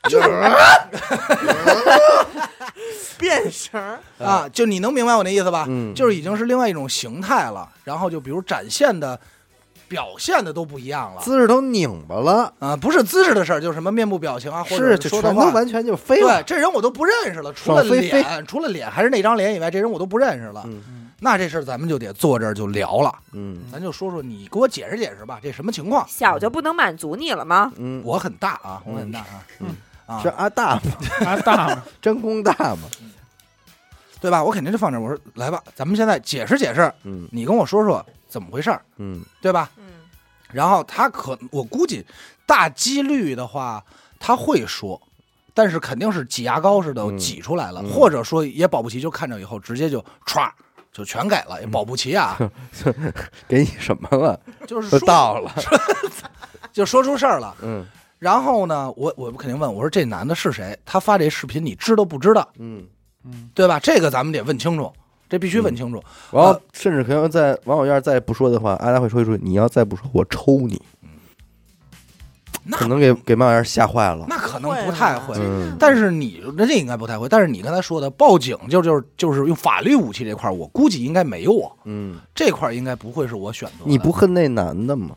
变形儿。 啊，就你能明白我那意思吧？ 嗯就是已经是另外一种形态了，然后就比如展现的、表现的都不一样了。 姿势都拧巴了， 啊，不是姿势的事儿，就是什么面部表情啊，或者是就说的话。 全都完全就飞对了，， 这人我都不认识了，除了爽飞飞脸，除了脸还是那张脸以外，这人我都不认识了。 嗯那这事儿咱们就得坐这儿就聊了， 嗯咱就说说你给我解释解释吧，这什么情况？ 小就不能满足你了吗？ 嗯， 我很大啊，我很大啊， 嗯啊是，阿大嘛， 啊大嘛， 真功大嘛， 对吧？我肯定就放这儿，我说来吧，咱们现在解释解释， 嗯你跟我说说怎么回事儿， 嗯对吧？ 嗯， 然后他可我估计大几率的话他会说，但是肯定是挤牙膏似的嗯挤出来了， 嗯或者说也保不齐就看着以后直接就歘就全给了，也保不齐啊， 给你什么了？ 就是都说到了， 就说出事儿了。 嗯然后呢，我我肯定问我说这男的是谁？他发这视频你知道不知道？ 嗯， 嗯， 对吧？这个咱们得问清楚，这必须问清楚。 然后甚至可能在王小燕再不说的话，阿达会说一句：“你要再不说，我抽你。” 那可能给给王小燕吓坏了。 那可能不太会， 嗯但是你那这应该不太会。但是你刚才说的报警就就是就是用法律武器这块儿，我估计应该没有我嗯， 这块儿应该不会是我选择的。 你不恨那男的吗？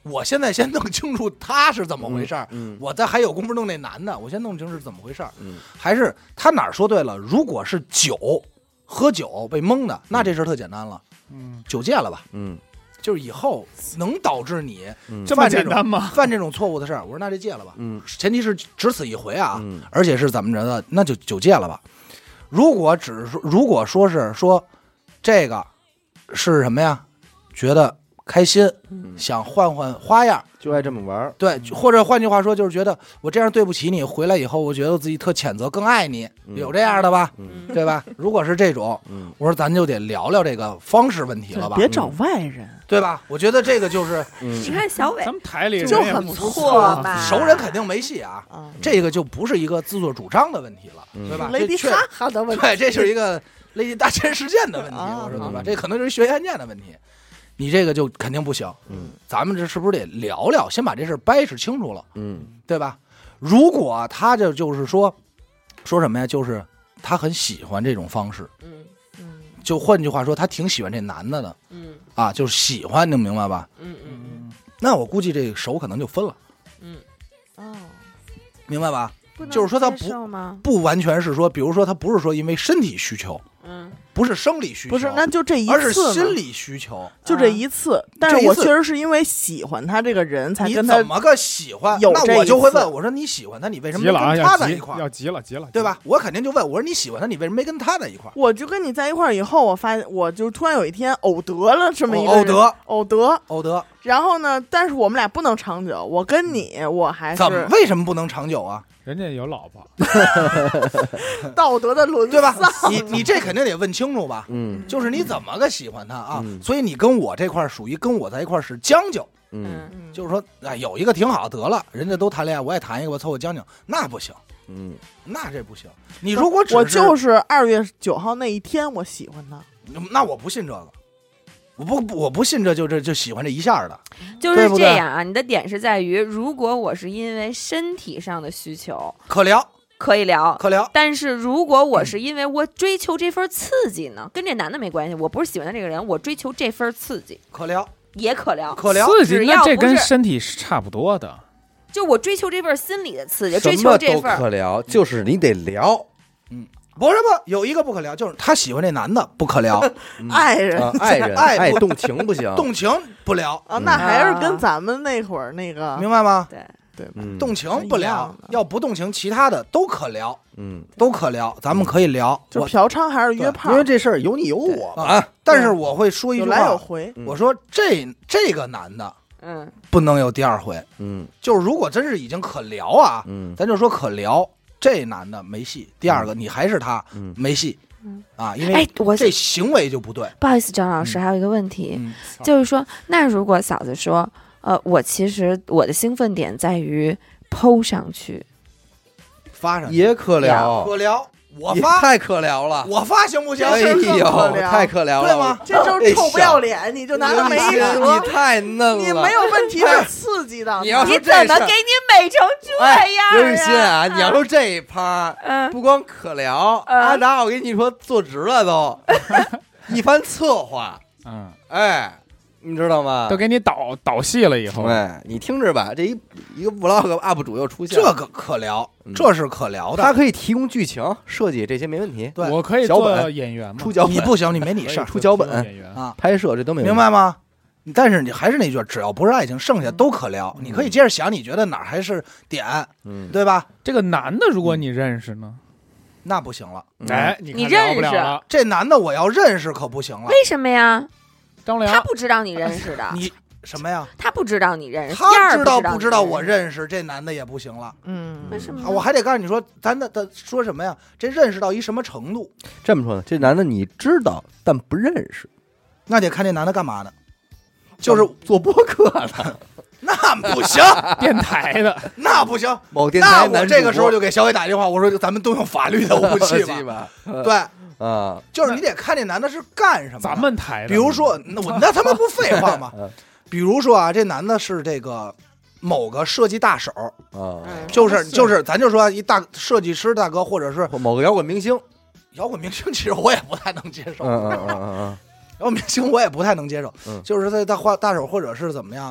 我现在先弄清楚他是怎么回事儿， 嗯我再还有功夫弄那男的，我先弄清楚是怎么回事儿。 嗯还是他哪儿说对了？如果是酒，喝酒被蒙的，那这事儿特简单了， 嗯， 酒戒了吧， 嗯就是以后能导致你嗯这么犯这种简单吗？ 犯这种错误的事儿，我说那这戒了吧， 嗯前提是只此一回啊， 嗯而且是怎么着的，那就酒戒了吧。如果只是说，如果说是说这个是什么呀？觉得开心， 嗯， 想换换花样， 就爱这么玩儿。 对，或者换句话说，就是觉得我这样对不起你，回来以后我觉得我自己特谴责，更爱你， 嗯有这样的吧？ 嗯对吧？如果是这种， 嗯我说咱就得聊聊这个方式问题了吧？ 别找外人， 对吧？我觉得这个就是嗯你看小伟咱们台里人就很也不不错错嘛熟人肯定没戏啊， 啊， 这个就不是一个自作主张的问题了， 嗯对吧？ 雷迪这确哈哈的问题， 对，这是一个雷迪大千事件的问题， 啊我说对吧？ 嗯这可能就是悬疑案件的问题，你这个就肯定不行。 嗯咱们这是不是得聊聊，先把这事儿掰扯清楚了， 嗯对吧？如果他这就是说说什么呀？就是他很喜欢这种方式， 嗯嗯就换句话说，他挺喜欢这男的的嗯啊，就是喜欢，能明白吧？ 嗯嗯嗯， 那我估计这个手可能就分了， 嗯哦， 明白吧？ 不能就是说他接不受吗？ 不完全是说，比如说他不是说因为身体需求， 嗯不是生理需求， 不是，那就这一而是次嘛， 心理需求。 就这一次。但是这一次我确实是因为喜欢他这个人，才你跟他怎么个喜欢？ 有这一那我就会次问我说你喜欢他，你为什么急了啊， 没跟要急他在一块儿？ 要急了，急了， 对吧？我肯定就问我说你喜欢他，你为什么没跟他在一块儿？ 我就跟你在一块儿以后，我发现我就突然有一天偶得了这么一个人偶得偶得， 欧德然后呢，但是我们俩不能长久。我跟你，我还怎么是为什么不能长久啊？ 人家有老婆， 道德的沦对吧丧？ 你你这肯定得问清楚吧？ 嗯就是你怎么个喜欢他啊？ 嗯所以你跟我这块儿属于跟我在一块儿是将就， 嗯嗯就是说啊有一个挺好得了，人家都谈恋爱，我也谈一个，我凑合将就，那不行， 嗯那这不行。你如果只我就是二月九号那一天，我喜欢他。 那我不信这个，我不不我不信这就这就喜欢这一下的。 就是对不对这样啊。你的点是在于，如果我是因为身体上的需求， 可聊可以聊。 可聊， 但是如果我是因为我追求这份刺激呢，跟这男的没关系，我不是喜欢他这个人，我追求这份刺激可聊也可聊。 可聊， 刺激只要那这不是跟身体是差不多的。 就我追求这份心理的刺激，追什么都求这份可聊，就是你得聊。 不是不有一个不可聊，就是他喜欢这男的不可聊， 嗯爱人啊爱人爱不爱动情不行， 动情不聊， 啊，那还是啊跟咱们那会儿那个明白吗？ 对。 对吧？ 嗯动情不一聊样的， 要不动情，其他的都可聊， 嗯， 都可聊，咱们可以聊。 就我嫖娼还是约炮因，为这事儿有你有我嘛。 啊，但是我会说一句有来有话， 回。 嗯我说这这个男的嗯不能有第二回， 嗯就是如果真是已经可聊啊， 嗯咱就说可聊，这男的没戏。第二个，你还是他嗯没戏嗯啊，因哎为， 我这行为就不对。 不好意思，张老师， 嗯还有一个问题， 嗯， 就是说，那如果嫂子说，呃，我其实我的兴奋点在于剖上去， 发上去也可聊， 可聊，我也发太可聊了。 我发行不行？ 哎这事儿更可呦， 聊太可聊了， 对吗？ 这就是臭不要脸，你就拿他没你辙。 太嫩了， 你没有问题是刺激的， 你要你说这事儿怎么给你美成这哎，刘雨样欣啊，你要说这一趴， 嗯不光可聊， 嗯阿达，我跟你说，坐直了都，一番策划， 嗯， 哎，你知道吗？ 都给你导导戏了以后， 哎，你听着吧，这一一个 vlog U P 主又出现了， 这个可聊嗯， 这是可聊的。 他可以提供剧情设计，这些没问题。 对我可以做脚本演员吗？ 出脚本你不行，你没你事儿出脚本演员啊， 拍摄这都没问题明白吗？但是你还是那句，只要不是爱情，剩下都可聊。你可以接着想，你觉得哪儿还是点， 嗯， 对吧？ 这个男的，如果你认识呢？ 那不行了， 嗯哎，你你看聊不认识了了。 这男的我要认识可不行了。 为什么呀？ 张良， 他不知道你认识的， 你什么呀？ 他不知道你认识，燕他儿知道不知道不你我认识这男的也不行了。 嗯， 为什么呢？ 啊我还得告诉你说，咱的他说什么呀？这认识到一什么程度？ 这么说呢，这男的你知道但不认识， 那得看这男的干嘛呢？就是做播客的， 那不行， 电台的， 那不行。 某电那我台男这个时候主就给小伟打电话，我说咱们动用法律的武播器吧。 吧， 对， 啊， 就是你得看这男的是干什么的。 咱们台的。 比如说，那我那他妈不废话吗嗯？ 比如说啊，这男的是这个某个设计大手， 啊， 嗯就是就是，咱就说一大设计师大哥，或者是或某个摇滚明星， 摇滚明星，其实我也不太能接受。 嗯嗯嗯嗯摇滚明星我也不太能接受， 嗯就是他他画大手或者是怎么样的，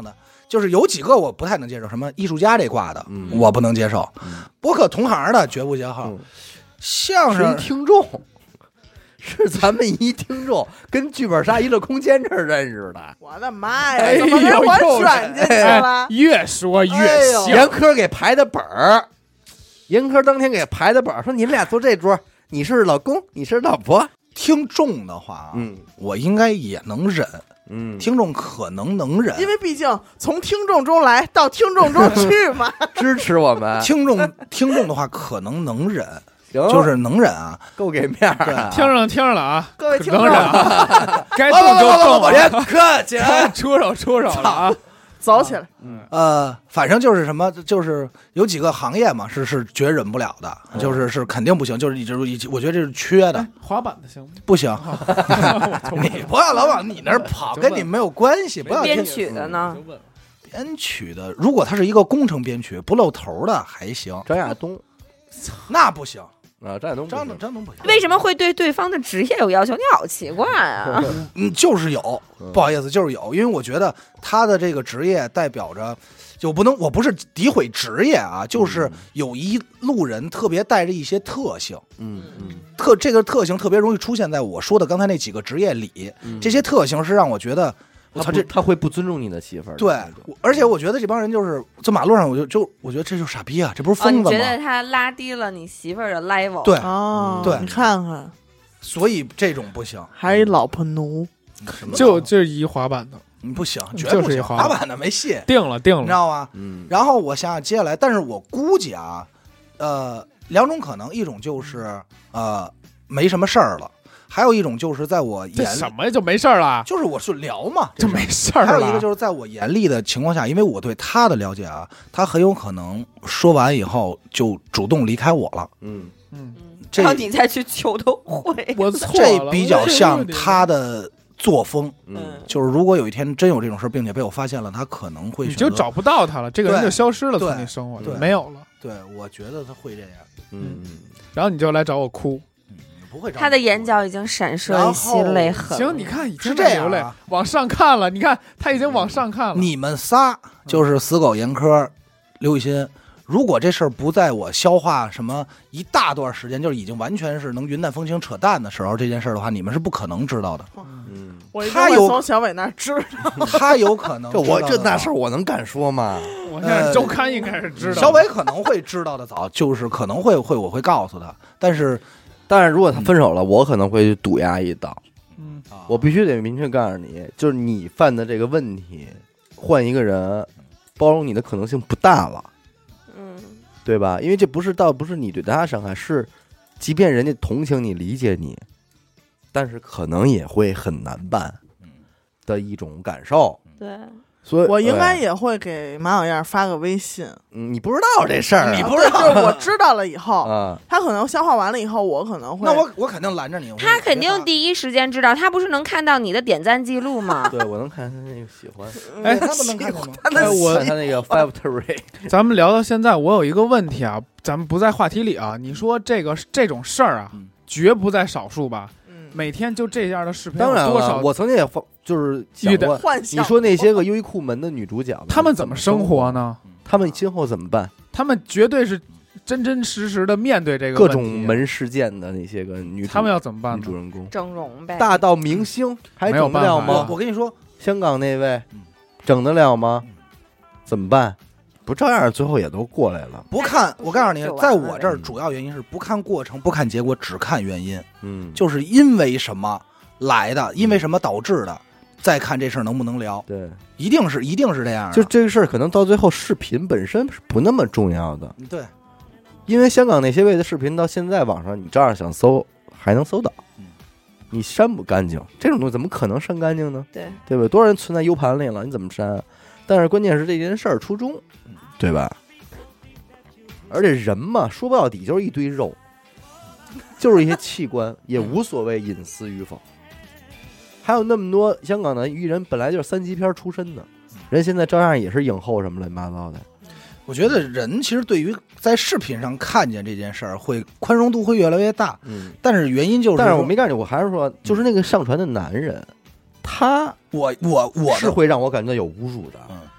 就是有几个我不太能接受，什么艺术家这挂的， 嗯我不能接受。 嗯播客同行的绝不接受。 嗯相是一声听众，是咱们一听众，跟剧本杀娱乐空间这儿认识的。 我的妈呀， 哎呦怎么给我又选进去哎了？ 越说越哎呦像。 严科给排的本儿，严科当天给排的本儿，说你们俩坐这桌，你是老公，你是老婆。 听众的话啊， 嗯我应该也能忍， 嗯， 听众可能能忍， 因为毕竟从听众中来到听众中去嘛。 支持我们， 听众听众的话可能能忍， 行， 就是能忍啊。 够给面儿啊。 听着了，听着了啊！ 各位听众能忍啊，该动就动啊， 别客气该出手出手了啊！ 走起来， 呃，反正就是什么，就是有几个行业嘛，是是绝忍不了的，就是是肯定不行，就是一直一直，我觉得这是缺的哎，滑板的行吗？ 不行。 我就问你不要老往你那儿跑，跟你没有关系。不要编听曲的呢？ 就问编曲的，如果他是一个工程编曲，不露头的还行， 张亚东那不行。 啊，张亚东不行， 张张东不行， 为什么会对对方的职业有要求？你好奇怪啊！ 嗯，就是有， 嗯不好意思，就是有，因为我觉得他的这个职业代表着，就不能，我不是诋毁职业啊，就是有一路人特别带着一些特性， 嗯嗯特这个特性特别容易出现在我说的刚才那几个职业里， 嗯， 这些特性是让我觉得，我操，这他不他会不尊重你的媳妇儿。 对，我而且我觉得这帮人就是在马路上，我就就我觉得这就是傻逼啊，这不是哦，你疯子吗？ 觉得他拉低了你媳妇儿的 level？ 对， 哦， 对你看看， 所以这种不行， 还是一老婆奴。 什么就就是一滑板的， 嗯不行，绝就是不行， 一滑板滑板的没戏， 定了定了。 你知道吗？ 嗯， 然后我想想接下来，但是我估计啊，呃，两种可能，一种就是呃没什么事儿了，还有一种就是在我这眼里， 什么呀就没事儿了， 就是我是聊嘛， 就没事儿了。 还有一个就是在我严厉的情况下，因为我对他的了解啊，他很有可能说完以后就主动离开我了。 嗯嗯， 这然后你再去求他回。 我错了， 这比较像我他的作风， 嗯， 就是如果有一天真有这种事，并且被我发现了，他可能会选择你就找不到他了，这个人对就消失了， 对从你生活里对没有了。 对，我觉得他会这样， 嗯， 然后你就来找我哭。 嗯，不会找他的你眼角已经闪射一些然后泪痕。 行，你看已经是这样啊在流泪，往上看了，你看他已经往上看了。 你们仨就是死狗、严科、刘雨欣。如果这事儿不在我消化什么一大段时间，就是已经完全是能云淡风轻扯淡的时候，这件事儿的话，你们是不可能知道的。 嗯， 我一定他有会从小伟那儿知道。 他有可能这我这那知道得早事儿我能敢说吗？ 我现在周刊应该是知道。 小伟可能会知道的早，就是可能会会我会告诉他，但是但是如果他分手了，我可能会堵他一刀。 嗯， 我必须得明确告诉你，就是你犯的这个问题，换一个人，包容你的可能性不大了， 嗯， 对吧？因为这不是倒不是你对他伤害，是即便人家同情你、理解你，但是可能也会很难办的一种感受。 对， 所以我应该对也会给马小燕发个微信， 嗯你不知道这事儿啊， 你不知道，就是我知道了以后， 啊， 他可能消化完了以后，我可能会。 那我我肯定拦着你。我说他肯定别发第一时间知道，他不是能看到你的点赞记录吗？ 对我能看他那个喜欢， 哎他不能看见吗？ 哎我看他那个 factory， 咱们聊到现在，我有一个问题啊，咱们不在话题里啊。你说这个这种事儿啊嗯， 绝不在少数吧？ 嗯， 每天就这样的视频当然了， 有多少？ 我曾经也放就是想遇到过， 幻想。 你说那些个优衣库门的女主角， 他们怎么生活？呢？ 他们今后怎么办？ 他们绝对是真真实实的面对这个各问题种门事件的那些个女主， 他们要怎么办呢女主？人公， 整容呗。 大到明星还没有整得了办法呀吗？ 我跟你说， 香港那位嗯整得了吗嗯？ 怎么办？不照样最后也都过来了？ 不看，我告诉你就，完了在我这儿呗主要原因是不看过程，不看结果，只看原因， 嗯， 就是因为什么来的，因为什么导致的，再看这事儿能不能聊， 对， 一定是一定是这样的。 就这个事儿，可能到最后视频本身是不那么重要的， 对， 因为香港那些位的视频到现在网上你照样想搜还能搜到嗯， 你删不干净，这种东西怎么可能删干净呢？ 对， 对吧？多少人存在 U 盘里了，你怎么删啊？但是关键是这件事儿初衷，对吧？而且人嘛，说不到底就是一堆肉，就是一些器官，也无所谓隐私与否。还有那么多香港的艺人，本来就是三级片出身的，人现在照样也是影后什么乱七八糟的。 我觉得人其实对于在视频上看见这件事儿，会宽容度会越来越大。 嗯， 但是原因就是说， 但是我没告诉你，我还是说，就是那个上传的男人，他我我我的是会让我感觉到有侮辱的。 嗯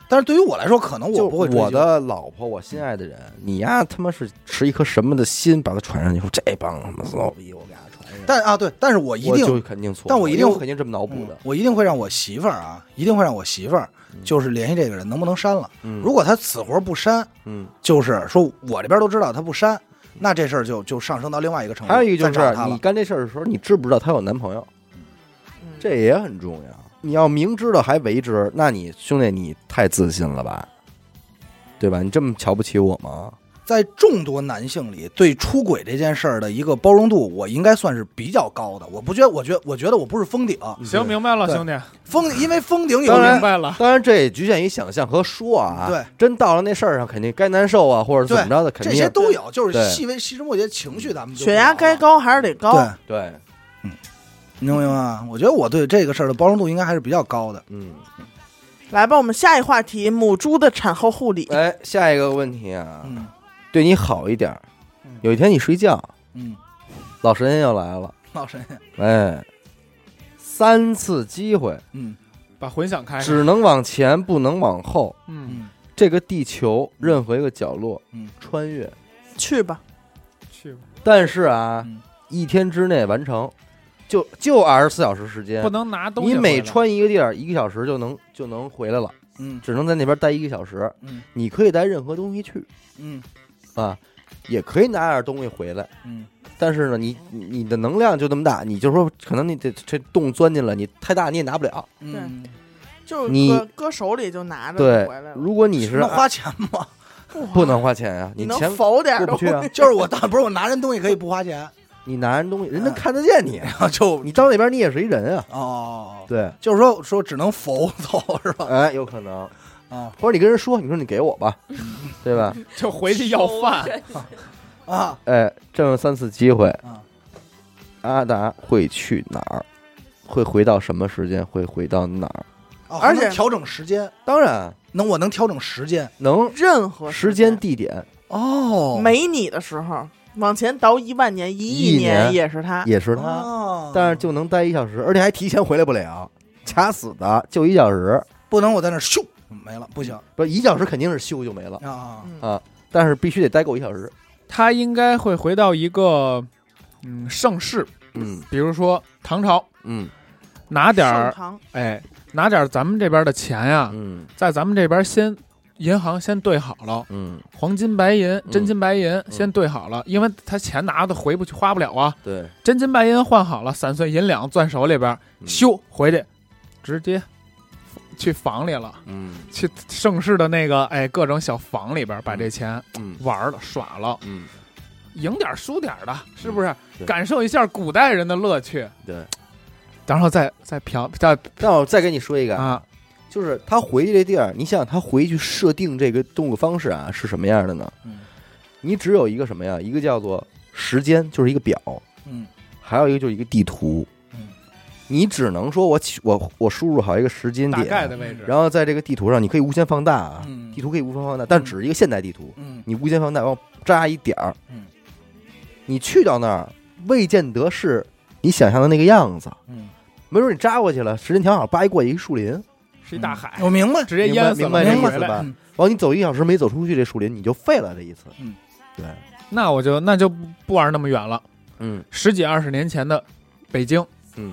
但是对于我来说，可能就我不会追究我的老婆，我心爱的人，你呀他妈是持一颗什么的心把他传上去？说这帮他妈骚逼，我给他传上。 但啊对，但是我一我就定， 肯定错， 但我一定因为我肯定这么脑补的。 我一定会让我媳妇儿啊，一定会让我媳妇儿就是联系这个人能不能删了。 嗯， 如果他死活不删， 嗯， 就是说我这边都知道他不删，那这事儿就就上升到另外一个程度。 还有一个就是再找他了你干这事儿的时候，你知不知道她有男朋友？ 嗯这也很重要。你要明知道还为之，那你兄弟你太自信了吧？对吧？你这么瞧不起我吗？ 在众多男性里，对出轨这件事儿的一个包容度，我应该算是比较高的。我不觉得，我觉得，我觉得我不是封顶， 行，明白了， 对兄弟， 封，因为封顶有当然明白了。 当然，这也局限于想象和说啊。 对， 真到了那事儿上，肯定该难受啊，或者怎么着的，肯这定些都有，就是对细微细枝末节情绪，咱们就血压该高还是得高。 对， 对， 你明白吗？我觉得我对这个事儿的包容度应该还是比较高的。 嗯。 来吧，我们下一话题：母猪的产后护理。 哎，下一个问题啊， 嗯对你好一点儿。有一天你睡觉， 嗯， 老神仙又来了， 老神仙， 哎，三次机会， 嗯把混响开， 只能往前，不能往后。 嗯， 嗯这个地球任何一个角落嗯穿越， 去吧， 去吧， 但是啊， 嗯一天之内完成，就就二十四小时时间不。能拿东西你回来。 每穿一个地儿，一个小时就能就能回来了， 嗯只能在那边待一个小时。 嗯你可以带任何东西去嗯啊，也可以拿点东西回来。 嗯但是呢，你你的能量就那么大，你就说可能你这这洞钻进了，你太大你也拿不了。 嗯， 就是你搁搁手里就拿着就对回来，了。 如果你是能花钱吗？ 不能花钱呀， 你能钱否点儿过不去啊。 就是我当不是我拿人东西可以不花钱， 你拿人东西，人能看得见你， 然后就你到那边你也是一人啊。 哦， 对， 就是说说只能否走是吧？ 哎，有可能， 啊或者你跟人说，你说你给我吧，对吧？ 就回去要饭。 啊哎，这么三次机会， 啊！ 阿达会去哪儿？会回到什么时间？会回到哪儿？ 哦而且还能调整时间， 当然能我能调整时间能， 任何时间地点哦没你的时候，往前倒一万年、一亿一年也是他。 也是他， 哦但是就能待一小时，而且还提前回来不了，卡死的就一小时， 不能我在那儿咻没了，不行不一小时肯定是修就没了啊！ 嗯啊，但是必须得待够一小时。 他应该会回到一个嗯盛世， 嗯比如说唐朝， 嗯拿点儿盛唐哎，拿点儿咱们这边的钱呀， 嗯在咱们这边先银行先兑好了， 嗯， 黄金白银、真金白银先兑好嗯了，因为他钱拿的回不去，花不了啊。 对， 真金白银换好了，散碎银两攥手里边， 嗯咻回去，直接去房里了， 嗯去盛世的那个哎各种小房里边把这钱嗯玩了耍了， 嗯， 赢点输点的，是不是？ 对感受一下古代人的乐趣， 对。 然后再再嫖再但我再跟你说一个， 啊， 就是他回去这地儿，你想想他回去设定这个动物方式啊是什么样的呢？ 嗯你只有一个什么呀？一个叫做时间，就是一个表， 嗯还有一个就是一个地图。 嗯你只能说我起我我输入好一个时间大概点， 的位置， 然后在这个地图上你可以无限放大啊， 嗯地图可以无限放大，但只是一个现代地图， 嗯你无限放大，往扎一点儿， 嗯你去到那儿未见得是你想象的那个样子， 嗯， 没准你扎过去了，时间调好，叭一过去一树林， 是一大海， 我明白， 直接淹死明白了， 明白这意思吧嗯？ 完，你走一小时没走出去，这树林你就废了这一次。 嗯， 对， 那我就那就不不玩那么远了， 嗯十几二十年前的北京， 嗯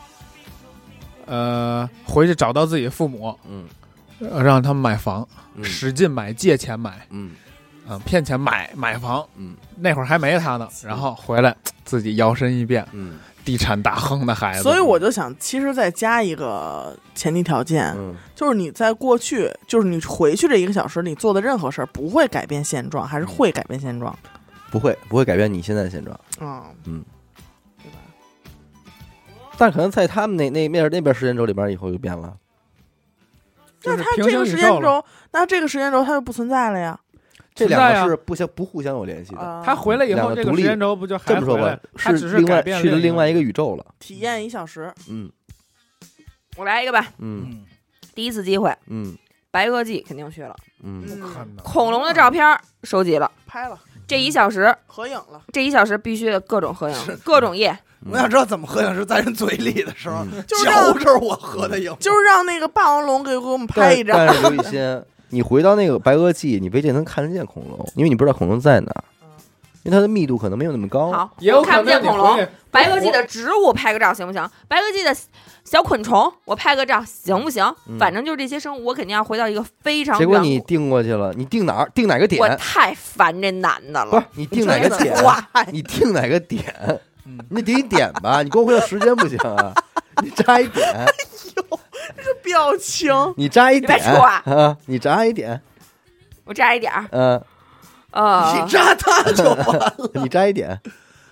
呃，回去找到自己的父母， 嗯呃让他们买房， 嗯使劲买，借钱买， 嗯嗯、骗钱买买房， 嗯那会儿还没他呢，然后回来自己摇身一变， 嗯地产大亨的孩子， 所以我就想，其实再加一个前提条件， 嗯， 就是你在过去，就是你回去这一个小时，你做的任何事儿不会改变现状，还是会改变现状。 不会不会改变你现在的现状， 嗯嗯， 对吧？ 但可能在他们那那面那边时间轴里边以后就变了。 就是那它平行宇这个时间宙了。 轴，那这个时间轴它就不存在了呀。 这存在啊两个是不相不互相有联系的。 啊， 他回来以后， 两个独立这个时间轴不就还这么说回来吧，？ 他只另外改变去了另外一个个宇宙了。 体验一小时， 嗯我来一个吧， 嗯嗯第一次机会， 嗯白垩纪肯定去了， 嗯嗯看的恐龙的照片收集了， 拍了这一小时， 合影了， 这一小时必须得各种合影，各种页， 我想知道怎么喝，想是在人嘴里的时候， 就是让嚼着我喝的饮。 就是让那个霸王龙给给我们拍一张。 但是刘雨欣，你回到那个白垩纪，你未见能看得见恐龙，因为你不知道恐龙在哪儿，因为它的密度可能没有那么高。 好， 也有看不见恐龙。白垩纪的的植物拍个照行不行？白垩纪的小昆虫我拍个照行不行？ 嗯反正就是这些生物，我肯定要回到一个非常结果远你定过去了，你定哪儿？定哪个我点？ 太烦这男的了。 不是你定哪个点？你定哪个点？你得定一点吧，你光回到时间不行啊！你扎一点， 这表情， 你扎一点你别说啊啊！你扎一点， 我扎一点儿， 嗯， 呃， 你扎他就完了。 你扎一点，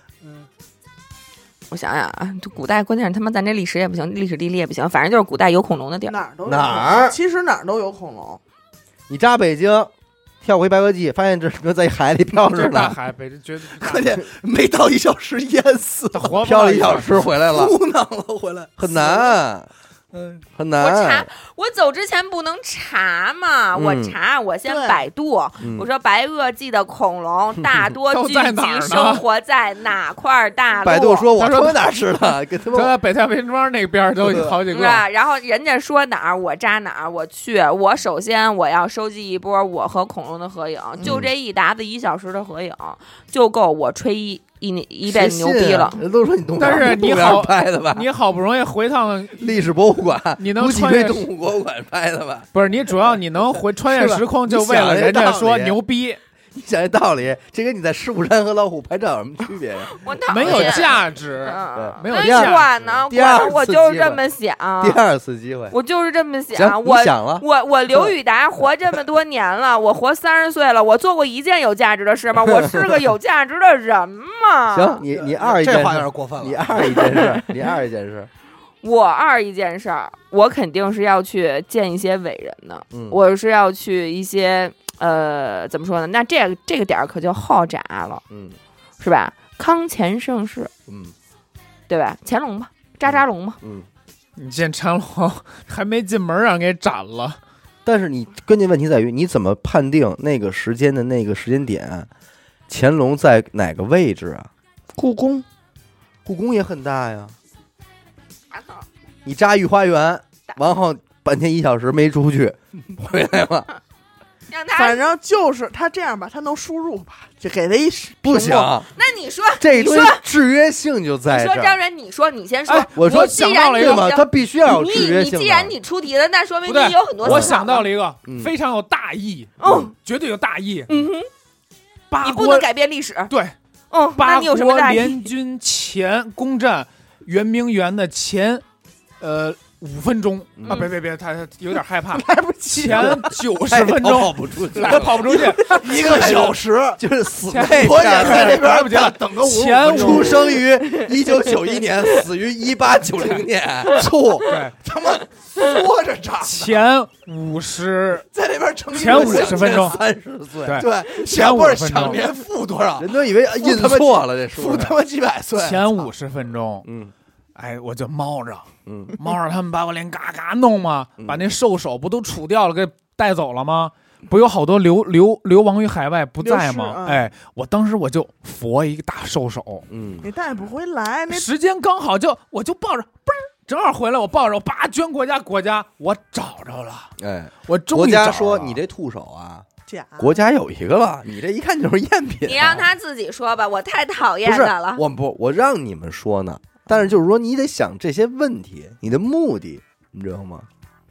我想想啊，这古代关键是他妈咱这历史也不行，历史地理也不行，反正就是古代有恐龙的地儿。 哪儿都有哪儿其实哪儿都有恐龙。 你扎北京，跳回白垩纪，发现这什么在海里漂着呢， 这是大海，北绝对关键没到一小时淹死了， 活漂了一小时回来了， 嘟囔了回来， 很难， 嗯， 很我查难。， 我走之前不能查嘛？ 嗯我查，我先对百度。 嗯我说白垩纪的恐龙大多都聚在哪儿呢集生活在哪块大陆？ 百度说我他说他妈哪知道，跟他就妈在北太平庄那边都有好几个。 是吧？然后人家说哪儿我扎哪儿，我去。我首先我要收集一波我和恐龙的合影，就这一沓子一小时的合影，就够我吹一一一辈子牛逼了。 人都说你动物园， 但是你动物园好拍的吧？ 你好不容易回趟， 历史博物馆， 你能古脊穿越椎动物博物馆拍的吧？ 不是你主要你能回穿越是吧时空，就你想这为了人家道理说牛逼， 你想这道理，这跟你在狮虎山和老虎拍照有什么区别呀？ 我讨没有厌价值。 嗯没有那第二管呢？ 第二次管我就是机会这么想。 第二次机会， 我就是这么行， 想， 你我想了， 我我刘宇达活这么多年了，我活三十岁了，我做过一件有价值的事吗？我是个有价值的人吗？ 行，你你二一件这话有事， 点过分了。 你二一件事，你二一件事， 我二一件事儿，我肯定是要去见一些伟人的， 嗯我是要去一些呃，怎么说呢？那这个这个点儿可就好窄了， 嗯是吧？康乾盛世， 嗯对吧？乾隆吧，扎扎龙吧， 嗯。 你见长龙还没进门让人给斩了， 但是你关键问题在于，你怎么判定那个时间的那个时间点，乾隆在哪个位置啊？ 故宫故宫也很大呀。你扎御花园，然后半天一小时没出去，回来了， 让他反正就是他这样吧，他能输入吧，就给他一不行屏幕。， 那你说， 这东你说西制约性就你说在这儿， 张然，你说你先说， 哎我说既然你对吗？它必须要有制你约性的。 你既然你出题了，那说明不对你有很多思考我想到了一个嗯非常有大义， 嗯绝对有大义。 嗯哼， 八国你不能改变历史。 对嗯，那八你有什么国大义？ 联军前攻占圆明园的前呃五分钟嗯啊，别别别，他他有点害怕， 来不及前了， 九十分跑钟不出去， 他跑不出去， 一个小时， 就是死前背我也片在这边来不及了等个五十前分钟出生于一九九一年，死于一八九零年， 醋， 对， 他妈缩着长， 前五十在那边成前五十分钟三十岁， 对对， 前想不是五十分钟想年负多少， 人都以为印错了这数负他妈几百岁， 前五十分钟， 嗯哎，我就猫着嗯猫着他们把我脸嘎嘎弄嘛， 嗯把那兽首不都杵掉了，给带走了吗？不有好多流流流亡于海外不在流吗？ 失啊哎，我当时我就佛一个大兽首， 嗯， 你带不回来，那时间刚好就我就抱着，嘣儿，正好回来，我抱着，我叭捐国家，国家我找着了， 哎， 我终国家于找着了说你这兔手啊， 假国家有一个了，你这一看就是赝品啊。 你让他自己说吧，我太讨厌不是他了。 我不，我让你们说呢，但是就是说你得想这些问题，你的目的你知道吗？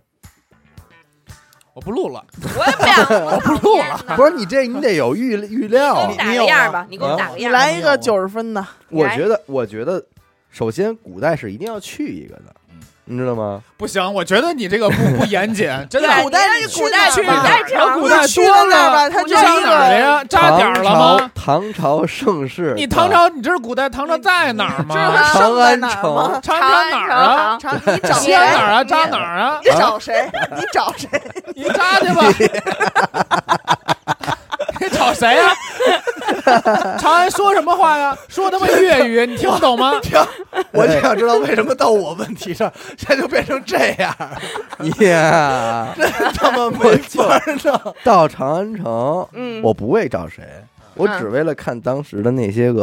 我不录了， 我也不想，我不录了了不是你这你得有预预料啊你给我。打个样吧，你给我打个你样。 来一个九十分的， 我觉得，我觉得，首先古代是一定要去一个的，你知道吗？ 不行，我觉得你这个不不严谨，真的。 对古代你你古代去哪儿古代长古代去到那儿吧，他就上一个哪儿了呀？扎点儿了吗？ 唐朝盛世， 你唐朝，你知道古代唐朝在哪儿知道吗？ 他长安生在哪儿吗？ 长安哪儿啊？ 长你找西谁？ 安哪儿啊？扎哪儿啊？ 你找谁？你找谁？ 你扎去吧。你找谁呀？长安说什么话呀？说他妈粤语，你听不懂吗？ 我就想知道为什么到我问题上，现在就变成这样， 呀， 他妈没法弄。 到长安城， 嗯， 我不为找谁，我只为了看当时的那些个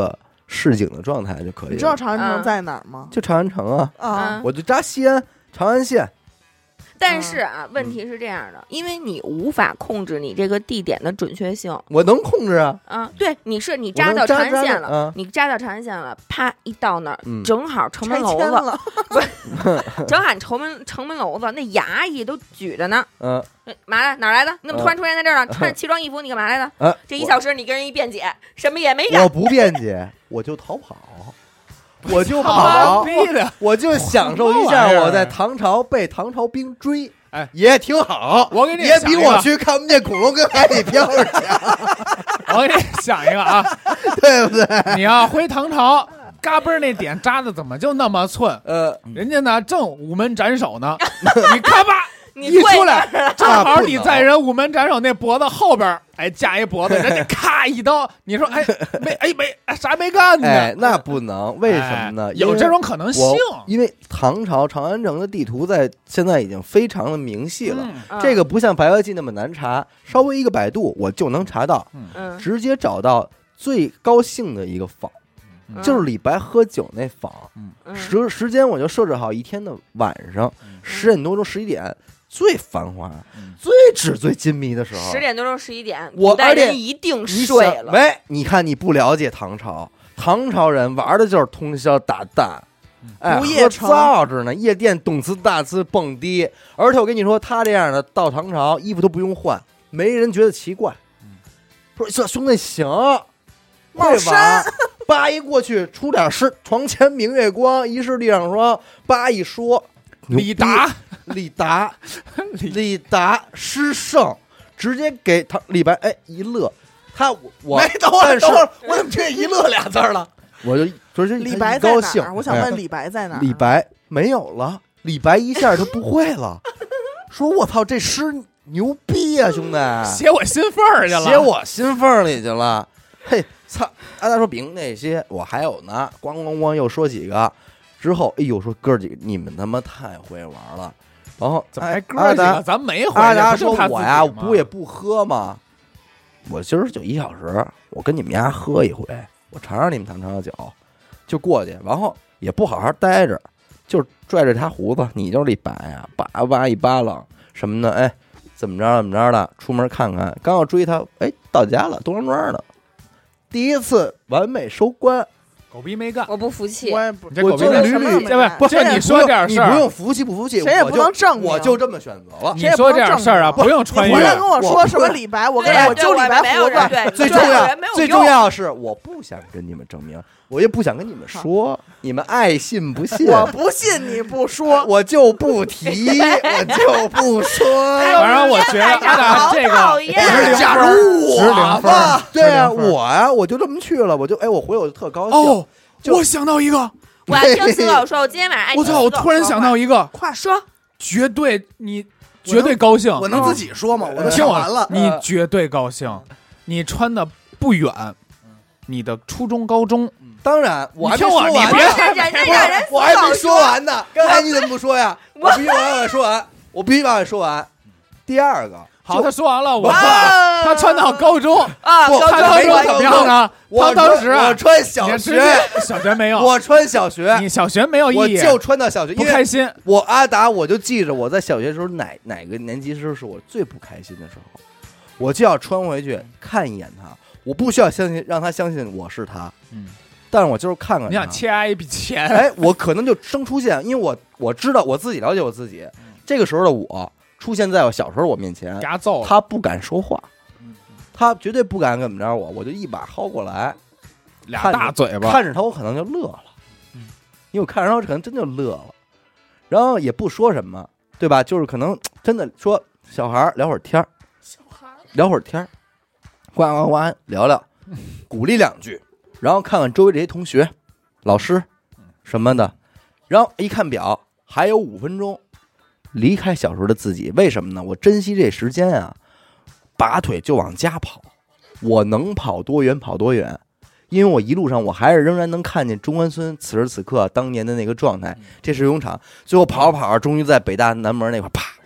市井的状态就可以了。 你知道长安城嗯在哪儿吗？ 就长安城啊， 啊， 嗯我就扎西安长安县。 但是啊，问题是这样的，因为你无法控制你这个地点的准确性我能控制啊， 啊。对，你是你我能扎到长安扎县了， 扎嗯你扎到长安县了，啪一到那儿， 嗯正好城门拆楼子， 迁了， 正好城门城门楼子那衙役都举着呢。 嗯， 哎嘛来哪儿来的？你怎么突然出现在这儿了？穿着奇装异服，你干嘛来的？ 啊， 这一小时你跟人一辩解，什么也没干我。不辩解，我就逃跑，我就好跑， 逼的， 我就享受一下我在唐朝被唐朝兵追， 哎， 也挺好。 我给你也比想一个我去看不见恐龙跟海里漂着强， 我给你想一个啊， 对不对？ 你要回唐朝，嘎嘣儿那点扎的怎么就那么寸？ 呃， 人家呢正午门斩首呢，你咔吧你一出跪那来，正好你在人午门斩首那脖子后边儿，哎架一脖子，人家咔一刀，你说哎没哎没哎啥没干呢？ 哎，那不能，为什么呢？ 哎有这种可能性我，因为唐朝长安城的地图在现在已经非常的明细了。 嗯嗯这个不像白垩纪那么难查，稍微一个百度我就能查到， 嗯， 直接找到最高兴的一个坊， 嗯就是李白喝酒那坊。 嗯时时间我就设置好一天的晚上十点多钟十一点最繁华、 嗯最纸醉金迷的时候。 十点多钟十一点， 我古代而且人一定你睡了。 想喂，你看你不了解唐朝，唐朝人玩的就是通宵达旦。哎，喝不夜城造着呢，夜店动次大次蹦迪，而且我跟你说，他这样的到唐朝衣服都不用换，没人觉得奇怪。说这兄弟行，会玩帽衫， 叭一过去出点诗，床前明月光，疑是地上霜，叭一说，牛逼李达， 李达，李达诗圣，直接给他李白哎一乐，他我没等会儿但是等会儿，我怎么听见一乐俩字儿了？ 我就直接李白一高兴在哪儿？，我想哎问李白在哪儿？ 李白没有了，李白一下就不会了，说我操这诗牛逼呀、兄弟， 写我心缝儿去了， 写我心缝里去了，嘿操！按他说饼那些我还有呢，咣咣咣又说几个，之后哎呦说哥儿几个你们他妈太会玩了，然后怎么还哎哥几个？ 阿达咱没回去， 阿达不就他自己说我呀吗不也不喝吗？我今儿就一小时，我跟你们家喝一回，我尝尝你们唐朝的酒，就过去，然后也不好好待着，就拽着他胡子，你就是李白呀，叭叭一巴掌什么的，哎，怎么着怎么着的，出门看看，刚要追他，哎，到家了，东庄庄的，第一次完美收官。 狗逼没干， 我不服气我，也不你，这狗逼没我就捋捋干，这不不是谁也你说这点你事儿， 不用服气不服气， 谁也不我就能证明我就这么选择了。 你说这点事儿啊，不用穿越你回来跟，我我说什么不李白，我跟对我就李白对没有胡子， 人对最重要对没有，用最重要的是，我不想跟你们证明，我也不想跟你们说，你们爱信不信， 我不信你不说， 我就不提，我就不说。 反正我觉得阿达这个好讨厌不是零假分儿如我值零分儿吧，对啊， 值零分儿我呀，我就这么去了，我就哎，我回来我就特高兴。 哦， 就我想到一个， 我要听死狗说，我今天晚上爱听我操！我死狗突然想到一个， 快说， 绝对你绝对高兴， 我能自己说吗？我都听我想完了。 你绝对高兴，你穿的不远，你的初中、高中， 当然，我还没你听我说完呢， 你别人家让人我还没说完呢。刚才你怎么不说呀？我必须把我说完，我必须把我说完。第二个， 好， 就他说完了，我哇他穿到高中， 啊， 不高他当时没有怎么样呢？ 我他当时啊我穿小你直学， 接小学没有， 我穿小学， 你小学没有意义， 我就穿到小学，因为不开心。 我阿达，我就记着我在小学时候哪哪个年级时候是我最不开心的时候，我就要穿回去看一眼他，我不需要相信让他相信我是他， 嗯， 但是我就是看看他你想欠挨一笔钱， 哎，我可能就生出现，因为我我知道我自己了解我自己，这个时候的我出现在我小时候我面前给，他揍了。 他不敢说话，他绝对不敢怎么着我，我就一把薅过来， 俩大嘴巴， 看着他我可能就乐了，因为我看着他我可能真就乐了，然后也不说什么，对吧？就是可能真的说小孩儿聊会儿天儿，聊会儿天儿，呱呱呱聊聊，鼓励两句，然后看看周围这些同学、老师什么的，然后一看表还有五分钟，离开小时候的自己，为什么呢？我珍惜这时间啊，拔腿就往家跑，我能跑多远跑多远，因为我一路上我还是仍然能看见中关村此时此刻当年的那个状态，这是游泳场，最后跑着跑着，终于在北大南门那块啪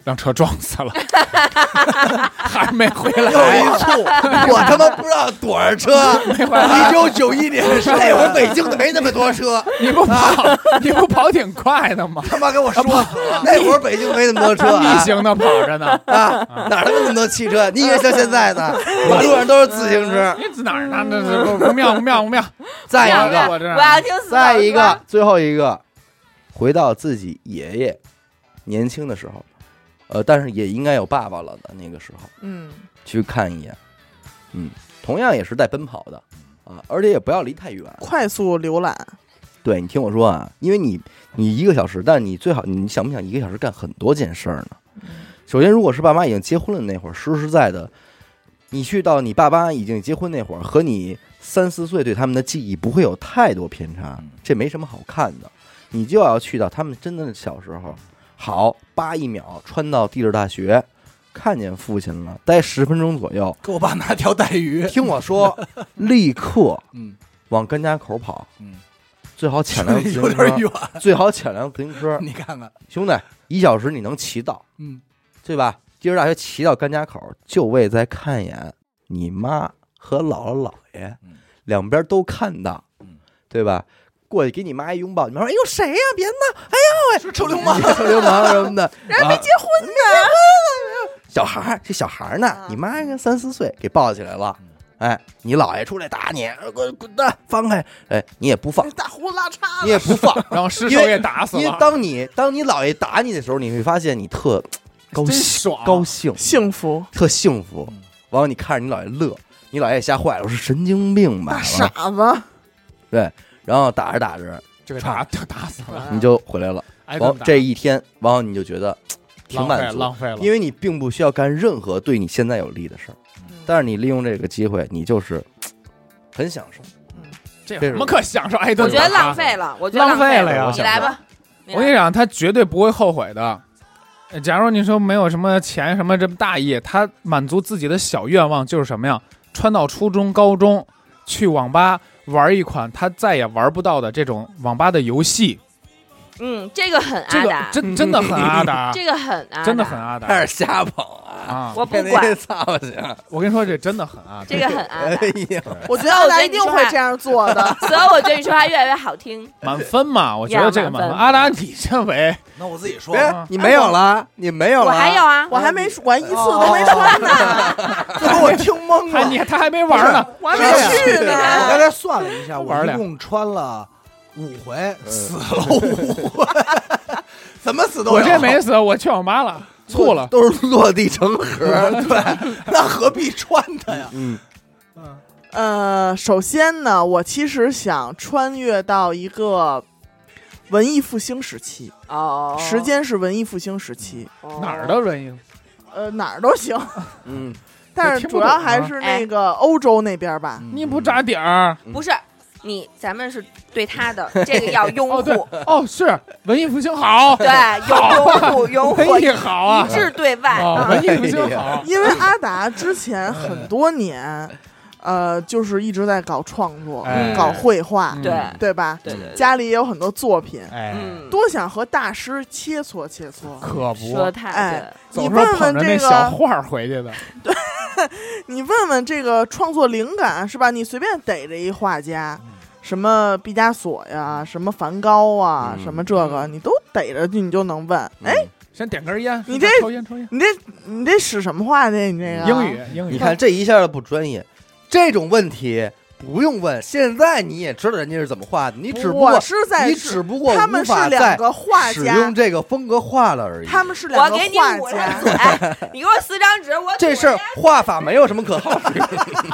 让车撞死了，还没回来。 又一簇，我他妈不知道多少车。一九九一年的时候，那会儿北京的没那么多车， 你不跑，你不跑挺快的吗？ 他妈给我说，那会儿北京没那么多车， 逆行的跑着呢。 啊，哪他妈那么多汽车？你以为像现在呢？马路上都是自行车。 你指哪儿呢？这这不妙不妙不妙。 再一个， 我这我要听死。 再一个，最后一个，回到自己爷爷年轻的时候。呃，但是也应该有爸爸了的那个时候， 嗯， 去看一眼，嗯，同样也是在奔跑的啊，而且也不要离太远， 快速浏览。 对，你听我说啊，因为你你一个小时，但你最好你想不想一个小时干很多件事儿呢？首先，如果是爸妈已经结婚了那会儿，说实在的，你去到你爸妈已经结婚那会儿，和你三四岁对他们的记忆不会有太多偏差，这没什么好看的，你就要去到他们真的小时候。好，扒一秒穿到地质大学，看见父亲了，待十分钟左右， 给我爸拿条带鱼。 听我说，立刻嗯往甘家口跑， 嗯， 最好抢辆自行有点车， 远。 最好抢辆自行车。 你看看， 兄弟，一小时你能骑到， 嗯， 对吧？地质大学骑到甘家口，就为再看一眼你妈和姥姥姥爷， 嗯、 两边都看到， 嗯、 对吧？过去给你妈一拥抱，你妈说：“哎呦，谁呀、啊？别闹！哎呦喂， 是臭流氓， 臭流氓什么的， 人还没结婚呢。 小孩儿，这小孩儿呢？你妈跟三四岁给抱起来了，哎，你姥爷出来打你，滚滚蛋，放开！哎，你也不放， 大胡子拉碴， 你也不放， 然后失手也打死了。 因为当你当你姥爷打你的时候，你会发现你特高兴、 爽、 高兴、 幸福、 特幸福。完了，你看着你姥爷乐，你姥爷也吓坏了，我是神经病吧？ 大傻子， 对。然后打着打着， 这个打就打死了， 你就回来了。完这一天，完后你就觉得挺满足， 浪费了， 因为你并不需要干任何对你现在有利的事儿，但是你利用这个机会，你就是很享受。 这有什么可享受？挨顿我觉得浪费了，我觉得浪费了呀！ 你来吧， 我跟你讲，他绝对不会后悔的。假如你说没有什么钱什么这么大意，他满足自己的小愿望就是什么呀？穿到初中、高中去网吧。玩一款他再也玩不到的这种网吧的游戏， 嗯，这个很阿达， 这个、真真的很阿达， 这个很阿达， 真的很阿达， 开始瞎捧啊！ 我不管， 我跟你说，这真的很阿达， 这个很阿达。 哎、 我觉得阿达一定会这样做的， 所以我觉得你说话越来越好听。 满分嘛，我觉得这个满分。阿达，你认为？ 那我自己说， 你没有了，你没有了， 我还有啊， 我还没，我一次都没穿呢， 我听懵了， 你他还没玩呢， 我还没去呢。 我刚才算了一下， 玩我一共穿了五回，死了五回，怎么死都有。 我这没死，我去网吧了，错了， 都是落地成盒， 对，那何必穿它呀？ 嗯嗯呃，首先呢，我其实想穿越到一个文艺复兴时期， 哦， 时间是文艺复兴时期， 哪儿的文艺？ 呃，哪儿都行， 嗯， 但是主要还是那个欧洲那边吧。 你不扎点儿？ 不是。你咱们是对他的这个要拥护哦, 哦，是文艺复兴好， 对，拥护拥护， 文艺好啊， 一致对外， 哦、文艺复兴好。 因为阿达之前很多年，呃，就是一直在搞创作， 哎、 搞绘画， 对对吧？ 对对， 家里也有很多作品， 哎， 多想和大师切磋切磋。 可不， 说太哎， 你问问这个小画回去的， 对，你问问这个创作灵感是吧？你随便逮着一画家。什么毕加索呀，什么梵高啊， 嗯、 什么这个你都逮着你就能问。哎、嗯， 先点根烟， 你这抽烟抽烟， 你这你这使什么话的？你这个英语英语， 你看这一下就不专业。这种问题不用问，现在你也知道人家是怎么画的，你只不过是在你只不过他们是两个画家使用这个风格画了而已。 他们是两个画家。 我给你五张纸，哎，你给我四张纸，我这事儿画法没有什么可好奇。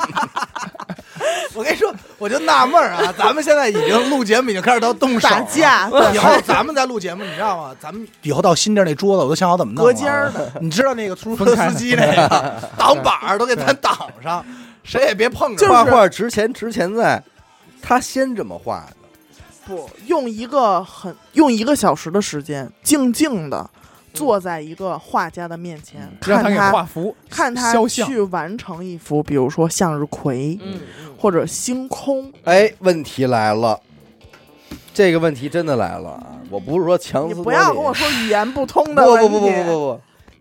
我跟你说，我就纳闷啊，咱们现在已经录节目，已经开始到动手打架。 以后咱们再录节目，你知道吗？咱们以后到新店那桌子，我都想好怎么弄隔间的。 你知道那个出租车司机那个挡板儿都给咱挡上，谁也别碰着。 就是、 画画值钱，值钱在他先这么画的。 不用一个很用一个小时的时间，静静的坐在一个画家的面前， 嗯、看他画幅， 看他去完成一幅，比如说向日葵， 嗯， 或者星空。 哎，问题来了，这个问题真的来了啊！我不是说强词夺理， 你不要跟我说语言不通的问题。 不不不不不不，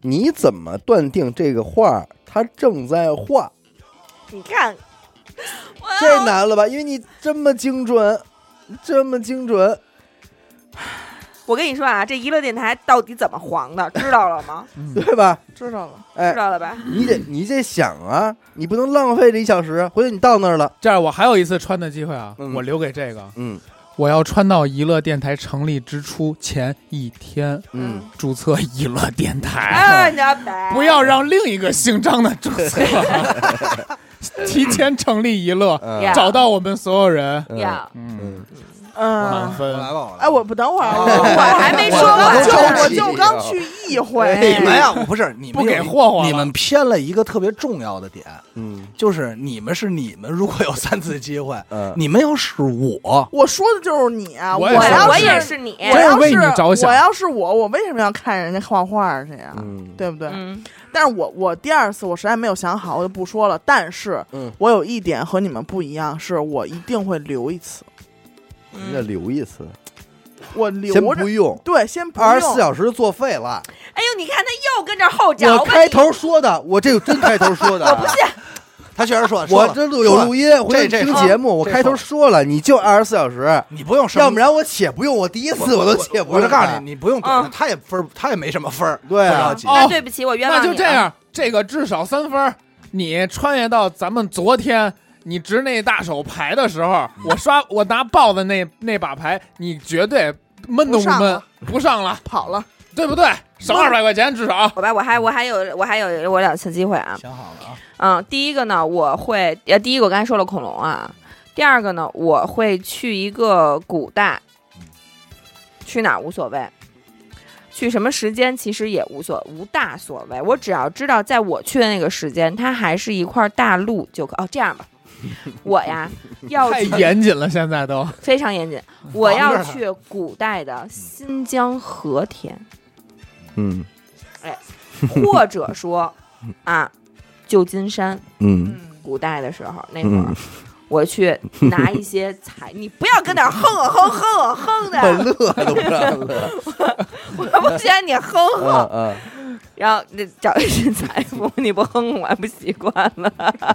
你怎么断定这个画它正在画？ 你看， 这难了吧？因为你这么精准，这么精准。 我跟你说啊，这娱乐电台到底怎么黄的，知道了吗？ 对吧？ 知道了。 哎， 知道了吧？ 你得你得想啊，你不能浪费这一小时。回头你到那儿了， 这样我还有一次穿的机会啊， 嗯我留给这个， 嗯我要穿到娱乐电台成立之初前一天嗯， 注册娱乐电台， 哎，你要白不要让另一个姓张的注册，提前成立娱乐， 嗯呀找到我们所有人， 嗯呀， 嗯， 嗯， 满嗯， 分。 我来吧，我来吧。 哎，我不等会儿，我我还没说完我就着我急就刚去一回， 你们呀，我不是你们不给有霍霍了你们偏了一个特别重要的点， 嗯就是你们是你们，如果有三次机会， 嗯， 你们要是我， 我说的就是你啊！ 我也是我要是也是你， 我要真是为你是着想我要是我，我为什么要看人家画画去呀？ 嗯对不对？ 嗯， 但是我我第二次我实在没有想好，我就不说了。但是嗯， 我有一点和你们不一样，是我一定会留一次， 你得留一次， 我留先着不。用， 对，先不二十四用。 小时作废了。 哎呦，你看他又跟这后脚， 我开头说的，我这个真开头说的， 我不信， 他确实说，说了我这录有录音，回头这听节目，我开头说了，你就二十四小时， 你不用什么， 要不然我且不用，我第一次我都且不用。 我就告诉你，你不用怼他， 嗯他也分儿，他也没什么分儿， 对啊不着急。 哦那对不起，我冤枉你了。 那就这样，这个至少三分儿。你穿越到咱们昨天，你执那大手牌的时候，我刷我拿豹子那那把牌，你绝对闷都不闷不上了， 不上了， 跑了， 对不对？省二百块钱至少。 好吧，我还我还有我还有我两次机会啊。 想好了啊， 嗯，第一个呢，我会呃，第一个我刚才说了恐龙啊，第二个呢，我会去一个古代，去哪儿无所谓，去什么时间其实也无所无大所谓，我只要知道在我去的那个时间，它还是一块大陆就可。哦，这样吧，我呀要太去严谨了，现在都。 非常严谨，我要防着去古代的新疆和田， 嗯或者说啊旧金山， 嗯嗯， 古代的时候那会儿。 嗯， 我去拿一些彩，你不要跟那儿哼啊哼哼啊哼的， 乐都不让乐， 我不嫌你哼哼。 嗯然后那找一些财富，你不哼哼我还不习惯了。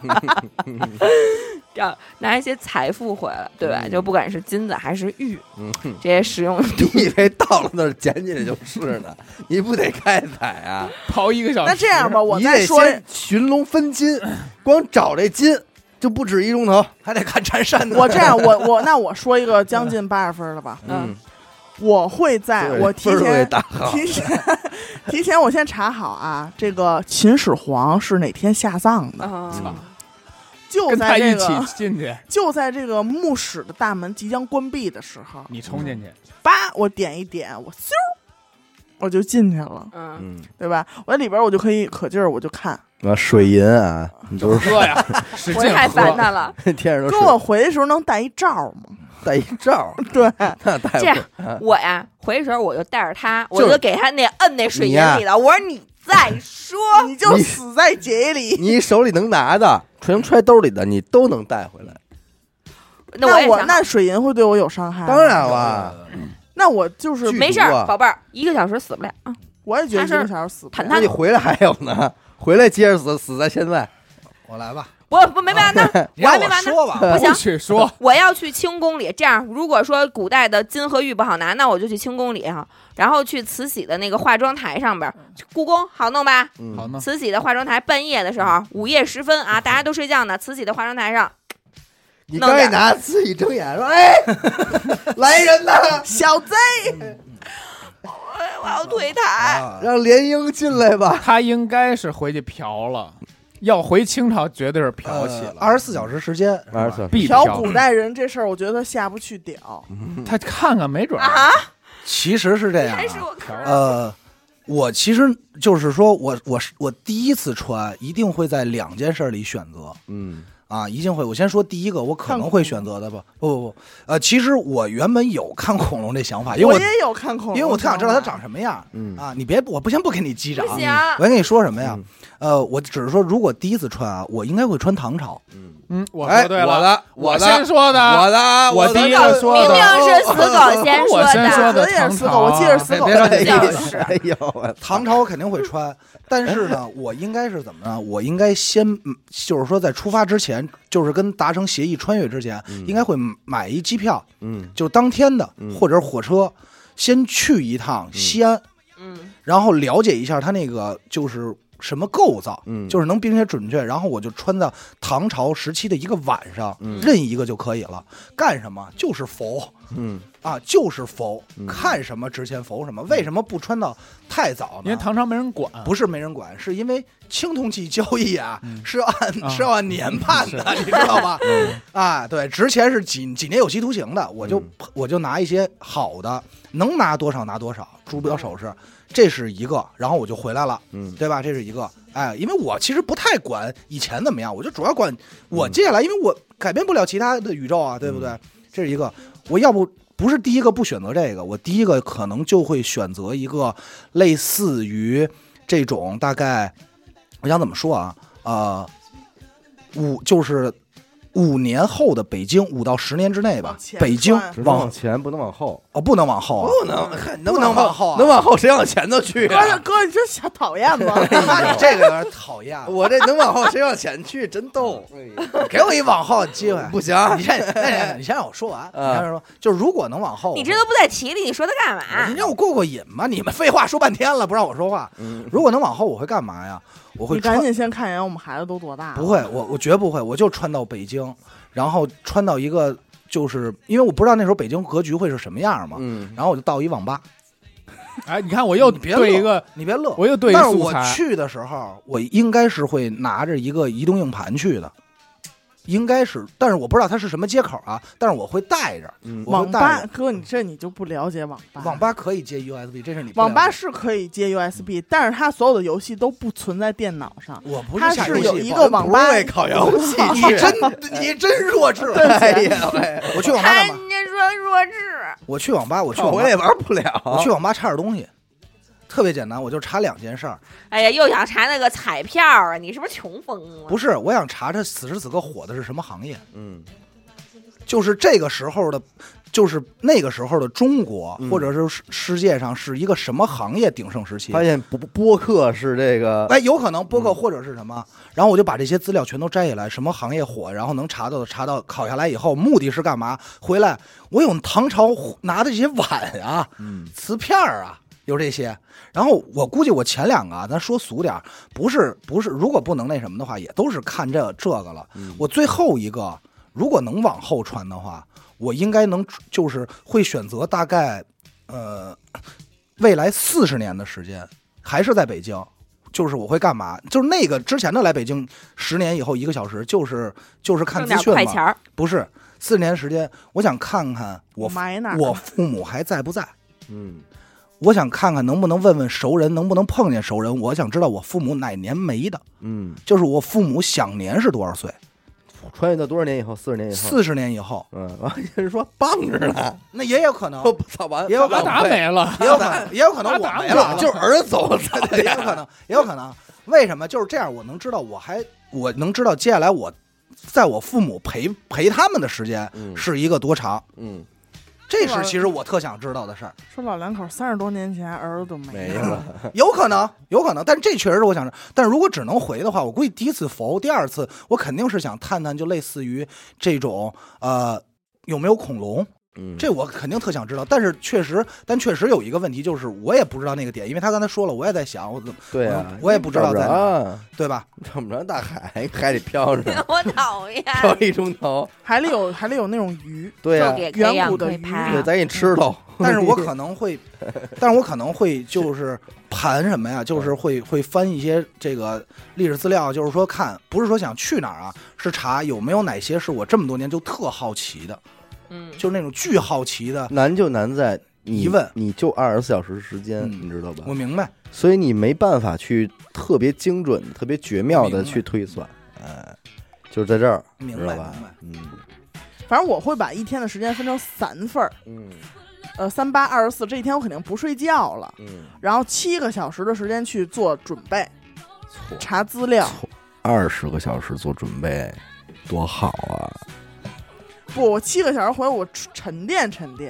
找拿一些财富回来，对吧？ 嗯就不管是金子还是玉， 嗯， 这些实用你以为到了那儿捡起来就是呢？你不得开采啊？ 刨一个小时。 那这样吧，我你得再说， 先寻龙分金，光找这金就不止一钟头。 还得看缠山呢。 我这样，我我那我说一个将近八十分了吧？ 嗯， 我会在对我提分儿都给前打好。 提前提前我先查好啊，这个秦始皇是哪天下葬的？ 啊， 就跟他一起在这个进去， 就在这个墓室的大门即将关闭的时候， 你冲进去， 叭，我点一点，我咻，我就进去了， 嗯， 嗯， 对吧？我在里边我就可以可劲儿，我就看。 啊，水银啊，你都是喝呀，使劲我太烦喝。 他了。 天上都跟我回的时候能带一罩吗？ 带一罩， 对， 那带这样不啊我呀回的时候我就带着他，我就是就给他那摁那水你呀银里头，我说你再说， 你就你死在结里。 你手里能拿的，揣揣兜里的，你都能带回来。 那我那我也想那水银会对我有伤害吗？ 当然了， 那我就是剧没事毒啊儿，宝贝儿，一个小时死不了啊。 我也觉得一他是个小时死不了谈他那你回来还有呢，回来接着死，死在现在。 我来吧， 我不没完呢， 你让我我还没完呢。 说吧。 不行不许说， 我要去清宫里，这样如果说古代的金和玉不好拿，那我就去清宫里哈，然后去慈禧的那个化妆台上边，故宫好弄吧？ 嗯好呢。 慈禧的化妆台半夜的时候，午夜时分啊，大家都睡觉呢，慈禧的化妆台上， 你刚一拿，自己睁眼说：“哎，来人呐， 小贼， 我要退台。 啊让联英进来吧。 他应该是回去嫖了，要回清朝绝对是嫖起了， 二十四小时时间， 二十四必嫖嫖。 古代人这事儿，我觉得下不去屌。 他看看没准儿啊！ 其实是这样还是啊。 我看呃，我其实就是说我我是我第一次穿，一定会在两件事里选择嗯啊，一定会。我先说第一个，我可能会选择的吧。不不不，呃，其实我原本有看恐龙这想法，因为我我也有看恐龙， 因为我特想知道它长什么样嗯啊。你别，我不先不给你击掌不，行， 我先跟你说什么呀嗯？ 呃，我只是说，如果第一次穿啊，我应该会穿唐朝。 嗯， 嗯，我哎， 说对了， 我的， 我的， 先说的， 我的， 我的第一个说明的明是死狗先我先说的， 的我也是死狗， 唐朝啊我记着死狗别着急的就是哎呦，我唐朝我肯定会穿， 但是呢，我应该是怎么呢？我应该先，嗯就是说在出发之前，就是跟达成协议穿越之前， 嗯应该会买一机票， 嗯就当天的、 嗯或者是火车，先去一趟西安， 嗯然后了解一下它那个就是什么构造， 嗯就是能并且准确，然后我就穿到唐朝时期的一个晚上， 嗯任意一个就可以了。干什么？就是佛嗯啊，就是佛， 嗯看什么之前佛什么。为什么不穿到太早呢？ 因为唐朝没人管， 不是没人管，是因为青铜器交易啊， 嗯是要按、 啊是要按年判的，你知道吧？啊，对，值钱是几几年有期徒刑的，我就、 嗯我就拿一些好的，能拿多少拿多少，珠表首饰，这是一个，然后我就回来了， 嗯对吧？这是一个，哎，因为我其实不太管以前怎么样，我就主要管我接下来，因为我改变不了其他的宇宙啊，对不对？这是一个，我要不。不是第一个不选择这个，我第一个可能就会选择一个类似于这种大概，我想怎么说啊？呃，五就是五年后的北京，五到十年之内吧往。前北京穿只能往往前，不能往后， 哦不能往后啊， 不能， 不能往后啊能往后谁往前头去哥啊？ 哥，你这小讨厌吗？ 那你这个有点讨厌。 我这能往后谁往前去？真逗！ 给我一往后的机会， 不行， 你先，那你先让我说完。你先说，就是如果能往后， 你这都不在题里，你说它干嘛你？让我过过瘾嘛？你们废话说半天了，不让我说话。 嗯如果能往后，我会干嘛呀？我会穿你赶紧先看一眼我们孩子都多大了。 不会，我我绝不会，我就穿到北京，然后穿到一个，就是因为我不知道那时候北京格局会是什么样嘛， 嗯然后我就到一网吧， 哎，你看我又你别乐对一个， 你别乐， 我又对一但是我素材， 去的时候，我应该是会拿着一个移动硬盘去的，应该是，但是我不知道它是什么接口啊，但是我会带着， 嗯我会网带着。 吧哥，你这你就不了解网吧。 网吧可以接 U S B，这是你不了解网吧是可以接 U S B，但是它所有的游戏都不存在电脑上。 我不它下游戏是有一不个网吧不是为考游戏你真你真弱智！ 哎呀喂， 我去网吧干嘛？ 看人家说弱智， 我去网吧，我去网吧我也，玩不了。 我去网吧查点东西，特别简单，我就查两件事儿。 哎呀，又想查那个彩票啊！你是不是穷疯了？ 不是，我想查查此时此刻火的是什么行业， 嗯就是这个时候的，就是那个时候的中国， 嗯或者是世世界上是一个什么行业鼎盛时期。 发现播播客是这个， 哎，有可能播客嗯或者是什么，然后我就把这些资料全都摘下来，什么行业火，然后能查到的查到，考下来以后，目的是干嘛？回来我有唐朝拿的这些碗啊、 嗯瓷片儿啊，有这些。然后我估计我前两个啊，咱说俗点儿，不是不是，如果不能那什么的话，也都是看这这个了。 嗯我最后一个，如果能往后穿的话，我应该能就是会选择大概呃未来四十年的时间，还是在北京。就是我会干嘛？就是那个之前的来北京，十年以后一个小时，就是就是看挣点资讯嘛， 快钱儿。 不是四十年时间，我想看看我埋哪儿？ 我父母还在不在。 嗯我想看看能不能问问熟人，能不能碰见熟人。我想知道我父母哪年没的， 嗯， 就是我父母享年是多少岁？ 穿越到多少年以后？四十年以后。 四十年以后， 嗯，完人说棒着呢， 那也有可能， 我操完， 阿也有可能达没了， 也有可能，也有可能我没了， 就是儿子走了， 也有可能，也有可能。为什么？就是这样，我能知道，我还我能知道接下来我在我父母陪陪他们的时间嗯是一个多长， 嗯， 这是其实我特想知道的事儿。 说老两口三十多年前儿子都没没了， 了， 有可能，有可能，但这确实是我想着。但如果只能回的话，我估计第一次否，第二次我肯定是想探探，就类似于这种呃有没有恐龙， 嗯， 这我肯定特想知道。但是确实，但确实有一个问题，就是我也不知道那个点，因为他刚才说了，我也在想，我怎么对啊， 我也不知道在哪儿， 啊， 对吧？ 找不着大海，海里飘着， 我讨厌， 飘一钟头， 海里有海里有那种鱼， 对呀， 就给远培养古的鱼可以拍对，咱给你吃喽。 但是我可能会，但是我可能会就是盘什么呀？就是会会翻一些这个历史资料，就是说看，不是说想去哪儿啊，是查有没有哪些是我这么多年就特好奇的， 嗯， 就是那种巨好奇的。 难就难在你疑问你就二十四小时时间， 嗯你知道吧我？明白， 所以你没办法去特别精准、特别绝妙的明白去推算，哎，就是在这儿， 明知道吧白明白？ 嗯反正我会把一天的时间分成三份儿， 嗯呃，三八二十四，这一天我肯定不睡觉了， 嗯， 然后七个小时的时间去做准备， 错， 查资料。 二十个小时做准备，多好啊！ 不，我七个小时回来我沉淀沉淀，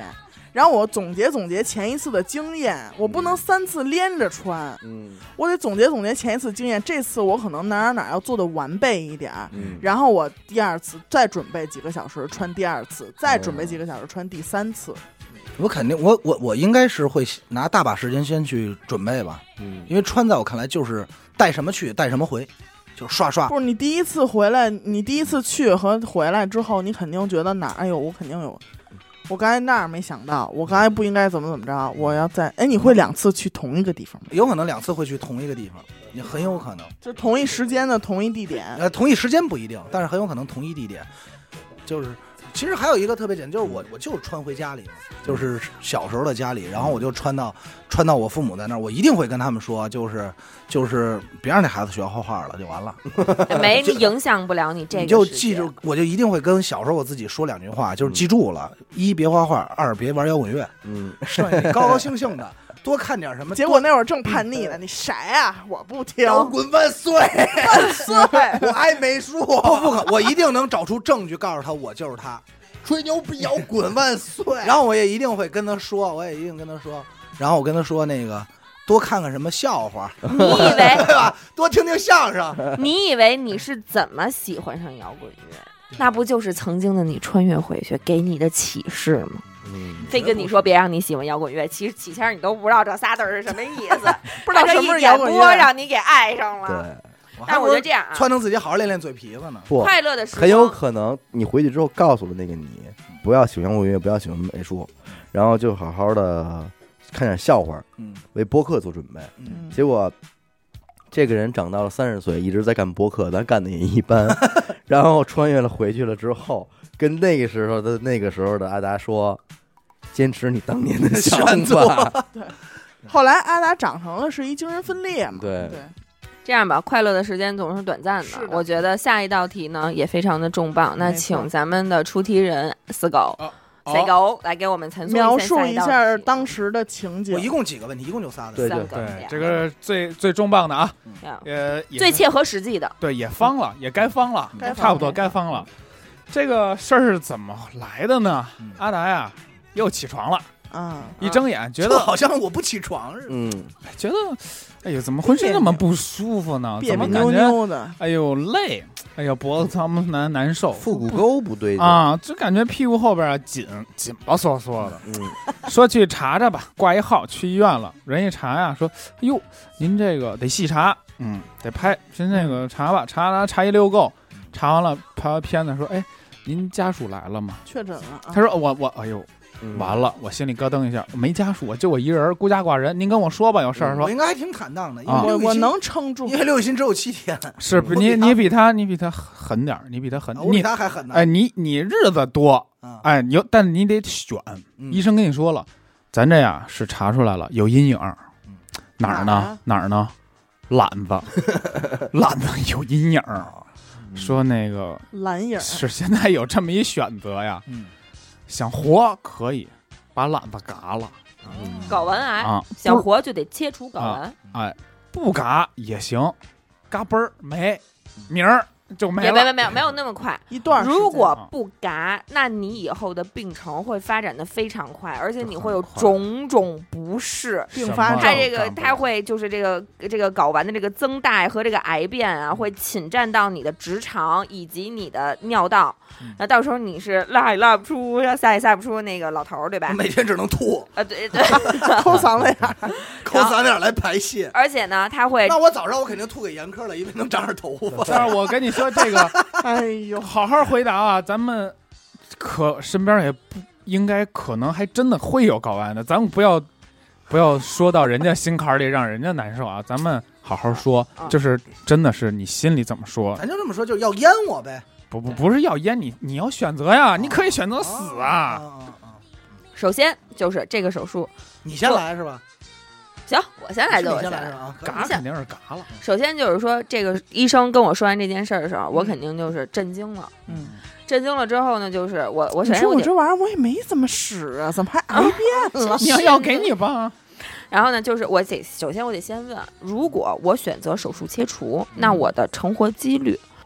然后我总结总结前一次的经验，我不能三次连着穿， 嗯我得总结总结前一次经验，这次我可能哪儿哪儿要做的完备一点儿， 嗯， 然后我第二次再准备几个小时穿第二次，再准备几个小时穿第三次。 我肯定，我我我应该是会拿大把时间先去准备吧， 嗯因为穿在我看来就是带什么去带什么回，就是刷刷。 不是你第一次回来，你第一次去和回来之后，你肯定觉得哪儿，哎呦，我肯定有，我刚才那儿没想到，我刚才不应该怎么怎么着，我要在，哎，你会两次去同一个地方吗？ 有可能两次会去同一个地方，也很有可能。 就同一时间的同一地点。 呃，同一时间不一定，但是很有可能同一地点。就是，其实还有一个特别简单，就是我我就是穿回家里嘛，就是小时候的家里，然后我就穿到穿到我父母在那儿，我一定会跟他们说，就是就是别让那孩子学画画了，就完了。 没影响不了你这个你就世界记住，我就一定会跟小时候我自己说两句话，就是记住了：一别画画，二别玩摇滚乐， 嗯， 剩下你高高兴兴的多看点什么。 结果那会儿正叛逆呢，你谁啊？我不听， 摇滚万岁！ 万岁！ 我爱美术，不不可，我一定能找出证据告诉他我就是他，吹牛逼摇滚万岁。然后我也一定会跟他说，我也一定跟他说，然后我跟他说那个多看看什么笑话， 你以为对吧？多听听相声。 你以为你是怎么喜欢上摇滚乐？那不就是曾经的你穿越回去给你的启示吗？ 嗯， 非跟你说别让你喜欢摇滚乐，其实起先你都不知道这仨字儿是什么意思， 不知道什么是摇滚他这一点播乐， 让你给爱上了。 对， 但是我觉得这样啊， 撺掇自己好好练练嘴皮子呢。 不， 快乐的时光很有可能你回去之后告诉了那个你，不要喜欢摇滚乐，不要喜欢美术，然后就好好的看点笑话， 嗯为播客做准备。 嗯， 结果这个人长到了三十岁，一直在干播客，咱干的也一般。然后穿越了回去了之后，跟那个时候的那个时候的阿达说：“坚持你当年的想法。 后来阿达长成了是一精神分裂嘛？ 对对， 这样吧，快乐的时间总是短暂是的我觉得下一道题呢也非常的重磅，那没错请咱们的出题人死狗哦死狗来给我们陈述描述一下一下题当时的情景我。一共几个问题？一共就仨的。 对三个对两， 这个最最重磅的啊， 样呃，也最切合实际的。 对，也方了，也该方了， 该方差不多了该方了。这个事儿是怎么来的呢？ 嗯阿达呀，又起床了， 嗯， 一睁眼觉就得好像我不起床似”的。 嗯， 觉得，哎呦，怎么浑身那么不舒服呢？ 别别扭怎么感觉， 扭的， 哎呦累，哎呦脖子疼难难受， 腹股沟不对劲。 啊，就感觉屁股后边啊紧紧巴嗦嗦的。 嗯， 说去查查吧，挂一号去医院了。人一查呀，说，哎呦，您这个得细查，嗯，得拍，先这个查吧，查查查一溜够，查完了拍完片子说，哎，您家属来了吗？ 确诊了啊。 他说我我，哎呦， 嗯完了，我心里咯噔一下，没家属，就我一人，孤家寡人。您跟我说吧，有事儿说我应该还挺坦荡的，因啊为刘雨欣我我能撑住因，为刘雨欣只有七天， 是不？ 我比他你你比他你比他狠点儿，你比他狠， 我比你他还狠呢。 哎你你日子多， 啊， 哎有，但你得选。 嗯医生跟你说了，咱这呀是查出来了有阴影，哪儿呢哪儿啊？ 哪儿呢？懒子，懒子有阴影。 嗯说那个蓝影儿是现在有这么一选择呀， 嗯， 想活可以把懒子嘎了睾丸癌啊， 想活就得切除睾丸， 哎，不嘎也行，嘎嘣儿没，明儿就没也没没了。 没有没有那么快。 一段儿时间。 如果不嘎，那你以后的病程会发展的非常快，而且你会有很快种种不适。 并发什么症它这个干不了它会就是这个这个睾丸的这个增大和这个癌变啊，会侵占到你的直肠以及你的尿道， 嗯那到时候你是拉也拉不出，要撒也撒不出那个老头儿，对吧？ 每天只能吐， 啊，对对， 抠嗓子眼儿， 抠嗓子眼儿来排泄。 而且呢，它会那我早上我肯定吐给严科了，因为能长点头发。 但是我跟你说这个， 哎呦， 好好回答啊，咱们可身边也不应该，可能还真的会有睾丸的，咱们不要不要说到人家心坎里，让人家难受啊。咱们好好说， 啊就是真的是你心里怎么说， 咱就这么说，就是要淹我呗。 不不不是要淹你，你要选择呀，你可以选择死啊。 啊啊！ 首先就是这个手术， 你先来是吧？ 行，我先来是你就我先来。 先来是吧？可以嘎肯定是嘎了， 首先就是说，这个医生跟我说完这件事儿的时候，我肯定就是震惊了。 嗯， 震惊了之后呢，就是我我首你说我先我得， 这玩意儿我也没怎么使啊，怎么还癌变了？ 你要要给你吧。 然后呢，就是我得首先我得先问，如果我选择手术切除，那我的成活几率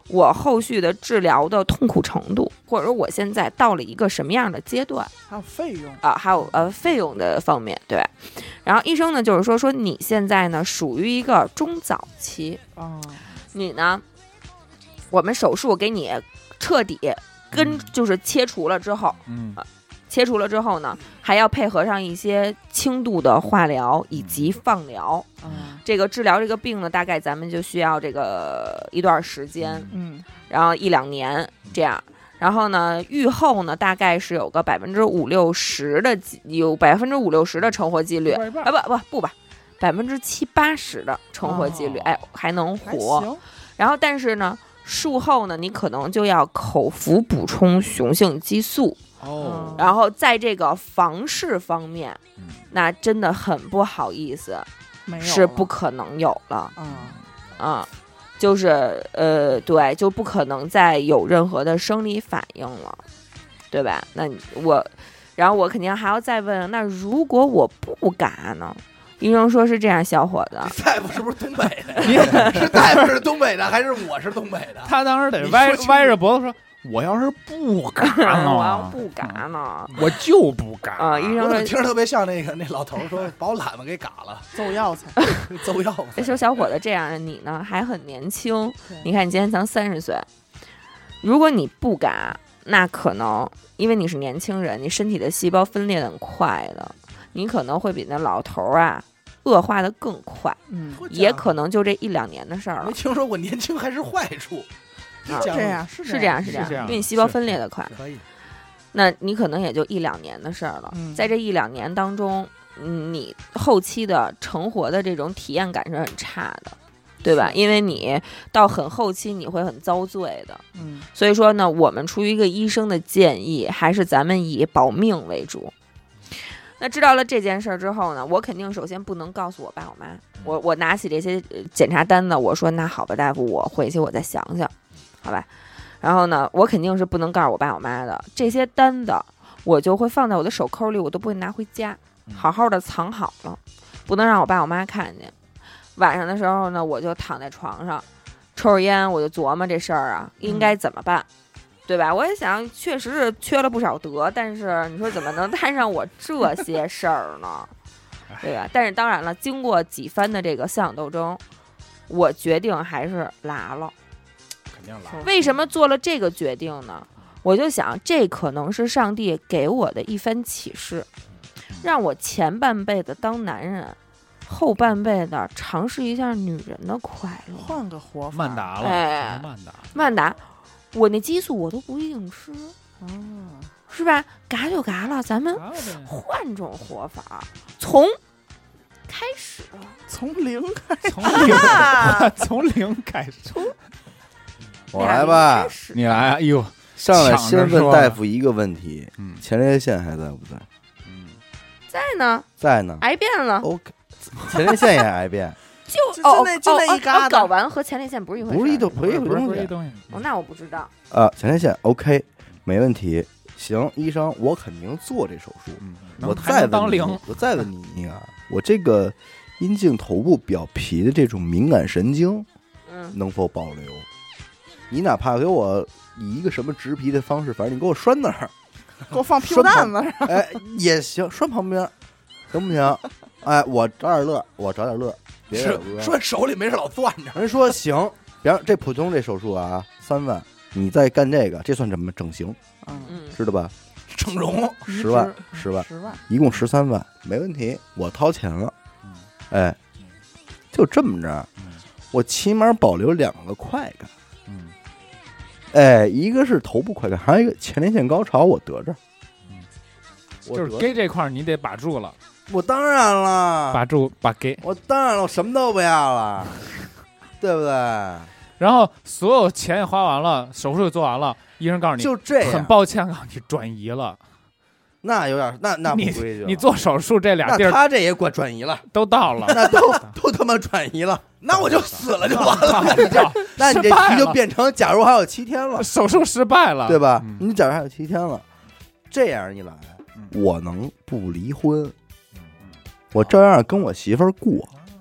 我后续的治疗的痛苦程度，或者说我现在到了一个什么样的阶段还有费用啊，还有呃费用的方面，对。然后医生呢就是说说你现在呢属于一个中早期， 啊， 你呢，我们手术给你彻底跟就是切除了之后， 嗯切除了之后呢，还要配合上一些轻度的化疗以及放疗。 嗯这个治疗这个病呢，大概咱们就需要这个一段时间， 嗯然后一两年这样。然后呢，愈后呢，大概是有个百分之五六十的几有百分之五六十的成活几率， 一半啊不不不吧，百分之七八十的成活几率， 哦哎，还能还活。 行， 然后但是呢，术后呢，你可能就要口服补充雄性激素。 哦， 然后在这个房事方面， 嗯那真的很不好意思， 没有是了不可能有了啊， 啊，就是呃，对，就不可能再有任何的生理反应了，对吧？那你我，然后我肯定还要再问，那如果我不嘎呢？医生说是这样，小伙子， 大夫是不是东北的？是大夫是东北的，还是我是东北的？ 他当时得你歪说清楚歪着脖子说：“我要是不嘎我要呢， 不嘎呢？ 我就不嘎。” 啊，医生说我怎么听着特别像那个那老头儿说把我懒子给嘎了， 揍药材， 揍药材。 说小伙子这样的你呢还很年轻， 对你看你今年才三十岁，如果你不嘎，那可能因为你是年轻人，你身体的细胞分裂的很快的，你可能会比那老头儿啊恶化的更快， 嗯， 也可能就这一两年的事儿了没。听说过年轻还是坏处， 啊讲这样是是这样，是这样， 是这样因为你细胞分裂的快， 可以。 那你可能也就一两年的事儿了。 嗯在这一两年当中，嗯你后期的成活的这种体验感是很差的，对吧？因为你到很后期你会很遭罪的。 嗯所以说呢，我们出于一个医生的建议，还是咱们以保命为主。那知道了这件事儿之后呢，我肯定首先不能告诉我爸我妈，我我拿起这些呃检查单子，我说那好吧，大夫，我回去我再想想，好吧。然后呢，我肯定是不能告诉我爸我妈的，这些单子我就会放在我的手扣里，我都不会拿回家，好好的藏好了，不能让我爸我妈看见。晚上的时候呢，我就躺在床上抽着烟，我就琢磨这事儿啊，应该怎么办，对吧？我也想，确实是缺了不少德，但是你说怎么能摊上我这些事儿呢？对吧？但是当然了，经过几番的这个思想斗争，我决定还是拉了。 肯定来。 为什么做了这个决定呢？我就想，这可能是上帝给我的一番启示，让我前半辈子当男人，后半辈子尝试一下女人的快乐。 换个活法， 曼达了， 哎曼达， 曼达，我那激素我都不一定吃， 啊， 是吧？嘎就嘎了，咱们嘎了呗换种活法，从开始， 从零开始， 从零啊从零开始， 我来吧开，始你来啊！哎呦， 上来抢着先问说大夫一个问题： 嗯前列腺还在不在？ 嗯， 在呢， 在呢。 癌变了， OK，前列腺也癌变， 就就哦就那就那哦一疙瘩哦睾丸和前列腺不是一回事， 不是一种不是一不是回东西不是一东西， 哦，那我不知道。 啊。前列腺 OK，没问题。行，医生，我肯定做这手术。 嗯， 我能还再问你能当零，， 我再问你一个啊，我这个阴茎头部表皮的这种敏感神经嗯， 能否保留？你哪怕给我以一个什么植皮的方式，反正你给我拴那儿， 给我放屁股蛋子上， 哎，也行，拴旁边，行不行？哎，我找点乐，我找点乐，别是有乐。 说手里没事老攥着， 人说行，比方这普通这手术啊，三万，你再干这个，这算什么整形？ 嗯， 嗯， 知道吧？ 整容， 十万，十万， 十万， 一共十三万，没问题，我掏钱了。 嗯哎，就这么着， 嗯我起码保留两个快感。 嗯哎，一个是头部快感，还有一个前列腺高潮，我得着。 嗯， 我得就是给这块儿你得把住了， 我当然了， 把住把给， 我当然了，我什么都不要了，对不对？ 然后所有钱也花完了，手术也做完了，医生告诉你， 就这样， 很抱歉，告诉你转移了， 那有点，那那不你规矩了。 你做手术这俩地那儿他这也管转移了， 都到了， 那都都他妈转移了， 那我就死了就完了。 了， 那你这失败了题就变成假如还有七天了， 手术失败了， 对吧？ 嗯你假如还有七天了，这样一来， 嗯我能不离婚， 嗯我照样跟我媳妇儿过， 嗯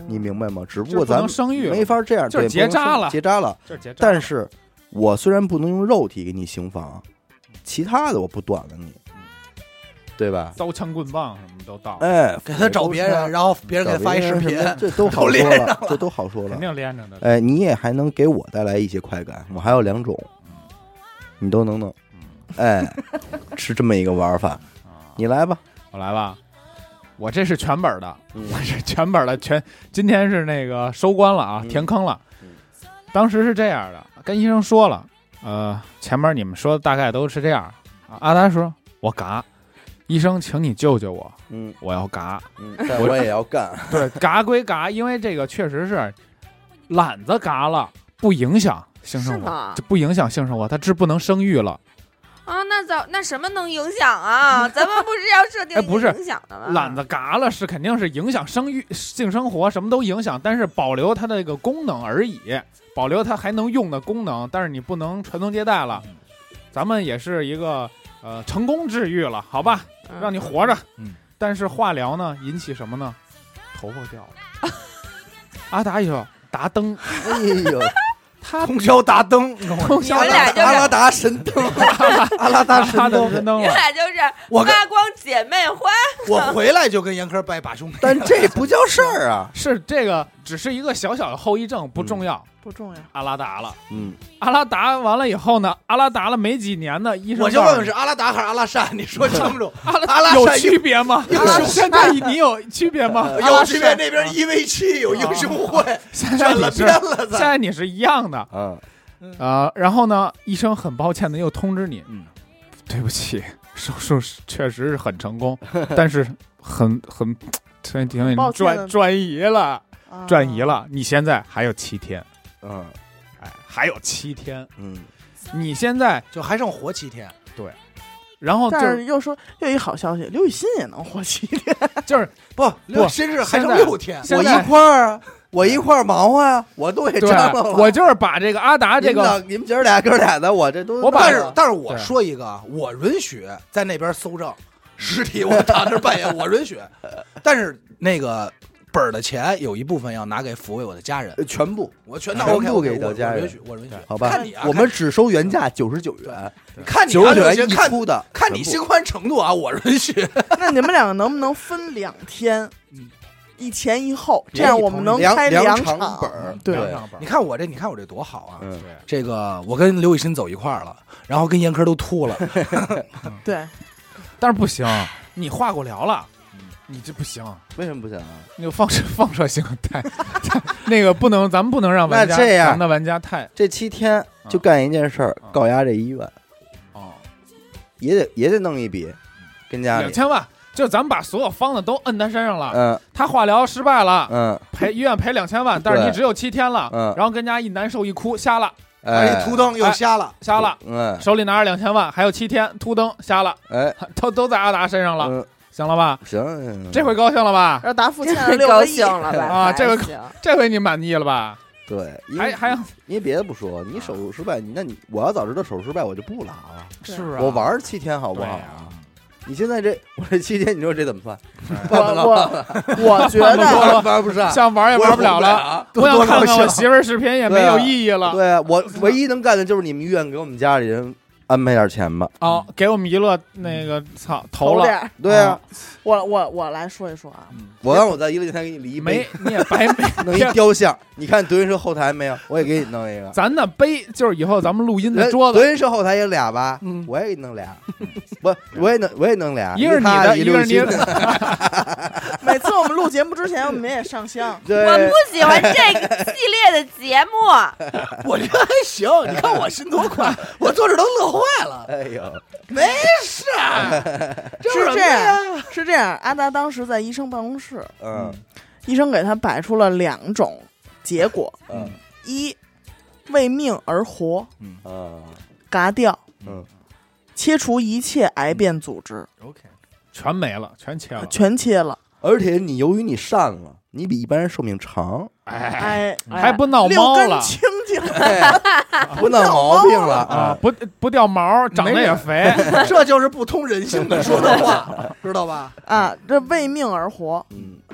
你明白吗？只不就是不过咱们能生育了没法这样， 就是对不能生结扎了结扎了。 这是结扎但是我虽然不能用肉体给你行房，其他的我不短了你，对吧？ 刀枪棍棒什么都到， 哎， 给他找别人，然后别人给他发一视频， 这都好说都连上了，这都好说了肯。定连着的。 哎，你也还能给我带来一些快感，我还有两种，你都能弄。哎，是这么一个玩法，你来吧。 我来吧，我这是全本的， 嗯我是全本的全。今天是那个收官了啊， 嗯填坑了嗯。 当时是这样的，跟医生说了，呃，前面你们说的大概都是这样啊。阿达说，我嘎，医生，请你救救我， 嗯我要嘎。 嗯，但我也要干。 对，嘎归嘎，因为这个确实是懒子嘎了，不影响性生活是吗， 这不影响性生活，它是不能生育了。 啊，那早那什么能影响啊？咱们不是要设定哎不是影响的吗？ 懒子嘎了是肯定是影响生育、性生活，什么都影响，但是保留它的这个功能而已，保留它还能用的功能，但是你不能传宗接代了。咱们也是一个呃成功治愈了，好吧， 嗯让你活着。 嗯， 但是化疗呢，引起什么呢？头发掉了。阿达一说达灯， 哎呦， 他通宵达灯， 通宵你们俩就是阿拉达神灯，阿拉达神他的灯。 你神灯了。 俩就是我跟发光姐妹花。 我回来就跟严科拜把兄弟， 但这不叫事儿啊。 是这个，只是一个小小的后遗症，不重要。 不重要。 阿拉达了， 嗯， 阿拉达完了以后呢，阿拉达了没几年呢，医生我就问问告诉你是阿拉达还是阿拉善？你说清楚。 阿拉阿拉善有区别吗？ 有阿拉现在你有区别吗？ 有区别，那边一 v 七有英雄会， 现在选了你是偏了现咱。 在你是一样的啊， 啊、然后呢，医生很抱歉的又通知你， 嗯， 对不起，手术是确实是很成功，但是很很挺挺抱歉的转转移了， 啊转移了，你现在还有七天， 嗯哎，还有七天， 嗯， 你现在就还剩活七天， 然后就但是又说又一好消息，刘雨欣也能活七天。 就是不， 不真是还剩现在六天。 我现在一块儿啊，我一块儿忙活呀，我都给对张罗了。 我就是把这个阿达这个你们俩你们姐儿俩哥俩的，我这都我把但是但是我对说一个，我允许在那边搜证，尸体我躺那儿扮演，我允许。但是那个本儿的钱有一部分要拿给抚慰我的家人， 呃全部我全拿全 OK， 部给我到家人我允许，我允许。 好吧看你啊，？ 我们只收原价九十九元， 看你九十九元一啊这些看出的， 看你全部心宽程度啊，我允许。 那你们两个能不能分两天？ 嗯一前一后，这样我们能两开两场场本儿对对上本儿你看我这，你看我这多好啊！ 嗯， 这个我跟刘雨欣走一块儿了，然后跟严科都秃了， 对， 但是不行，你化过疗了，你这不行， 为什么不行啊？ 那个放射放射性太太那个不能，咱们不能让玩家那这样咱们的玩家太这七天就干一件事儿， 嗯告压这医院， 哦也得也得弄一笔，跟家里， 两千万，就咱们把所有方子都摁他身上了， 嗯他化疗失败了， 嗯， 赔医院赔两千万，但是对你只有七天了， 嗯然后跟家一难受一哭瞎了哎， 一秃灯又瞎了。 瞎了， 嗯， 手里拿着两千万，还有七天秃灯瞎了， 哎， 都都在阿达身上了， 嗯， 行了吧？ 行，行这回高兴了吧？ 让达夫这欠了回高六个亿兴了吧？ 啊这个还行这回你满意了吧？ 对，因为还还你别的不说，你手术失败，你那你我要早知道手术失败，我就不拉了， 对是啊， 我玩儿七天好不好对啊？你现在这我这七天，你说这怎么算？ 我我我觉办不过得了玩不上， 想玩也玩不了了， 我我想看看我多高兴媳妇儿视频也没有意义了。 对啊，我唯一能干的就是你们医院给我们家里人安排点钱吧。 哦，给我们娱乐那个操投了， 头点儿。 对啊， 我我我来说一说啊， 我让我在娱乐电台给你立一没碑， 你也白没。 弄一雕像。你看德云社后台没有？我也给你弄一个。 咱的杯就是以后咱们录音的人桌子， 德云社后台有俩吧？ 嗯我也给你弄俩。不，我也弄，我也弄俩。 一个是你他的，一个是一刘雨欣你的。 每次我们录节目之前，我们也上香。 对， 我不喜欢这个系列的节目。 我觉得还行，你看我心多快，我坐这都乐坏了。 哎呦， 没事儿，这是这什么呀样，是这样。阿达当时在医生办公室， 嗯医生给他摆出了两种结果： 嗯一，为命而活， 嗯嘎掉， 嗯， 切除一切癌变组织， ？OK， 全没了，全切了。 全切了。 而且你由于你善了，你比一般人寿命长， 哎， 哎， 还不闹六根猫了清净。 哎，不闹毛病了啊！！不不掉毛，长得也肥。 这就是不通人性的说的话，知道吧？ 啊，这为命而活， 嗯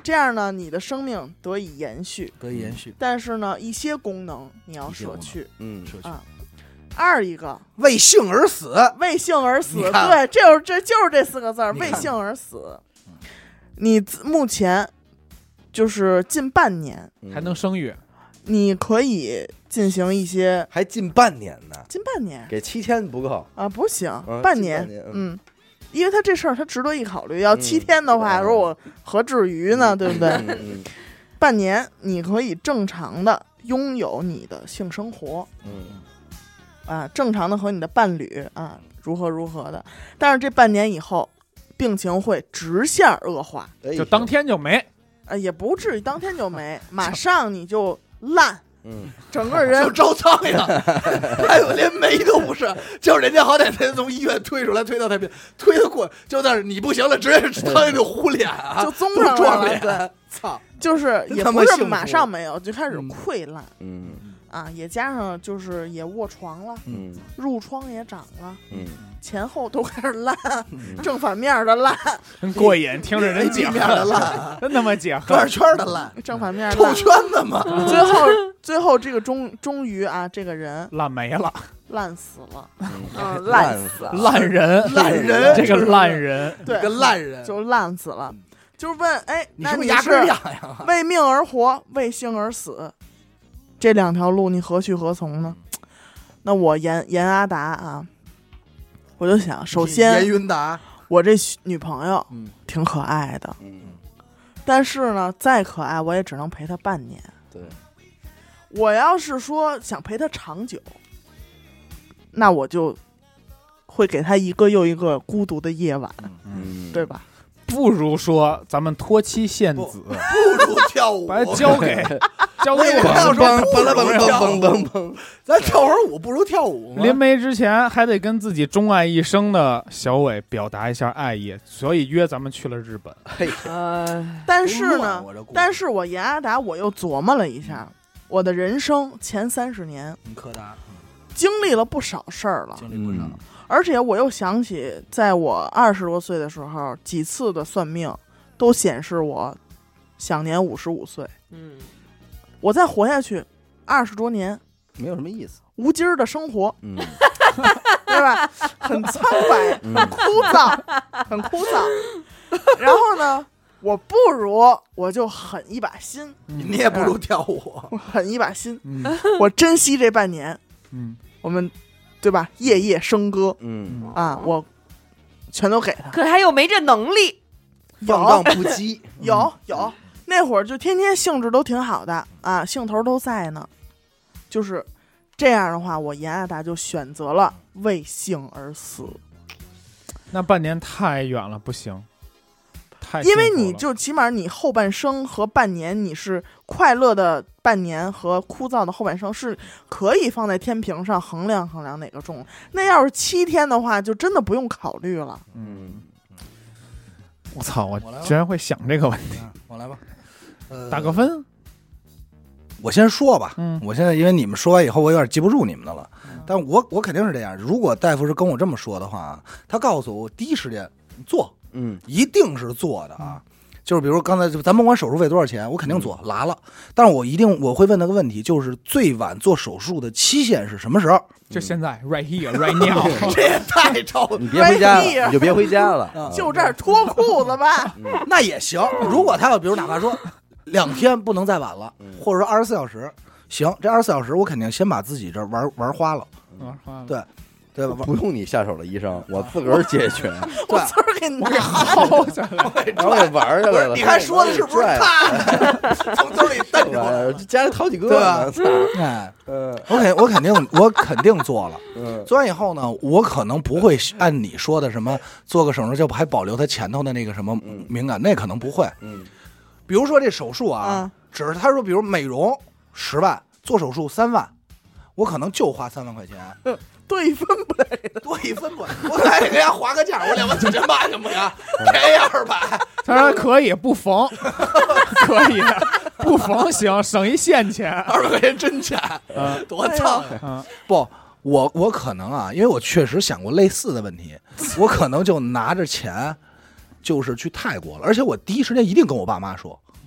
这样呢，你的生命得以延续。 得以延续， 但是呢，一些功能你要一些功能舍去嗯， 舍去啊。二一个为性而死， 为性而死， 你看对，这就是这就是这四个字儿， 你看为性而死。你自目前就是近半年， 嗯还能生育， 你可以进行一些还近半年呢， 近半年给七天不够。 啊，不行， 嗯半年近半年， 嗯，因为他这事儿他值得一考虑。要嗯七天的话， 对说我何至于呢？对不对？ 嗯嗯半年你可以正常的拥有你的性生活嗯啊，正常的和你的伴侣啊如何如何的。但是这半年以后，病情会直线恶化， 嗯， 就当天就没。 啊，也不至于当天就没，马上你就烂， 嗯， 整个人就招苍蝇，还有连没都不是，就是人家好歹才从医院推出来，推到那边，推得过，就但是你不行了，直接苍蝇就呼脸啊， 就综不是上撞脸， 来了，对， 操， 就是也真他妈幸福不是马上没有，就开始嗯溃烂嗯啊，也加上就是也卧床了， 嗯褥疮也长了， 嗯前后都开始烂， 嗯， 正反面的烂， 真过瘾，听着人解地面的烂， 真他妈解转圈的烂， 正反面臭烂。 圈子嘛， 最后，最后这个终终于啊，这个人烂没了， 烂死了， 嗯嗯，烂死了， 烂人， 烂人这个烂人， 对， 个烂人， 就烂死了。就是问，哎， 你那你是不是牙根痒痒啊？ 为命而活，为性而死，这两条路你何去何从呢？那我严严阿达啊，我就想，首严先云达， 我这女朋友嗯挺可爱的， 嗯， 但是呢，再可爱我也只能陪她半年。 对， 我要是说想陪她长久，那我就会给她一个又一个孤独的夜晚， 嗯， 对吧？ 不如说咱们托妻献子， 不如跳舞， 把它交给交给我以为我们。 他要说梆梆梆不如跳梆梆梆舞， 梆， 咱跳会儿舞不如跳舞吗？ 临没之前还得跟自己钟爱一生的小伟表达一下爱意，所以约咱们去了日本。 嘿， 呃， 但是多呢乱我这故事， 但是我严阿达我又琢磨了一下，我的人生前三十年嗯柯达经历了不少事儿了， 经历不少， 嗯而且我又想起，在我二十多岁的时候，几次的算命都显示我享年五十五岁。 嗯， 我再活下去二十多年， 没有什么意思。 无今儿的生活， 嗯对吧？很苍白， 嗯很枯燥，很枯燥。然后呢，我不如我就狠一把心， 你也不如跳舞， 我狠一把心， 嗯我珍惜这半年， 嗯， 我们对吧？夜夜笙歌嗯， 啊，我全都给他。 可他又没这能力， 放荡不羁。 有有，那会儿就天天兴致都挺好的啊，兴头都在呢。就是这样的话，我严阿达就选择了为性而死， 那半年太远了，不行，太因为辛苦了你就起码你后半生和半年你是快乐的半年和枯燥的后半生是可以放在天平上衡量衡量哪个重。那要是七天的话，就真的不用考虑了。 嗯， 我操，我我来吧居然会想这个问题， 我来吧，呃打个分， 我先说吧， 嗯我现在因为你们说完以后，我有点记不住你们的了，但我我肯定是这样。如果大夫是跟我这么说的话，他告诉我第一时间做， 嗯一定是做的啊。就是比如刚才咱甭管手术费多少钱，我肯定做拉了，但是我一定我会问他个问题，就是最晚做手术的期限是什么时候？ 就现在 right here right now， 这也太超了， 你别回家了， 没你就别回家了。 啊就这儿脱裤子吧。 那也行。如果他要比如哪怕说两天不能再晚了，或者说二十四小时，行，这二十四小时我肯定先把自己这玩玩花了， 嗯好了对对吧？ 不用你下手了，医生，我自个儿解决， 我自个儿给拿薅下来， 然后给玩下来了。 你看说的是不是他从兜里蹬出来？ 我家里好几个对吧呢，操哎， 嗯我肯我肯定我肯定做了。 嗯做完以后呢，我可能不会按你说的什么做个手术就还保留他前头的那个什么嗯敏感，那可能不会。 嗯比如说这手术啊， 嗯只是他说，比如美容十万，做手术三万，我可能就花三万块钱， 对分不了。 多一分不，我还得给人家划个价，我两万九千八行不行？便宜二百， 他说可以不缝，可以不缝行，省一线钱， 二百块钱真钱， 嗯多操呀！ 嗯， 不，我我可能啊，因为我确实想过类似的问题，我可能就拿着钱，就是去泰国了，而且我第一时间一定跟我爸妈说，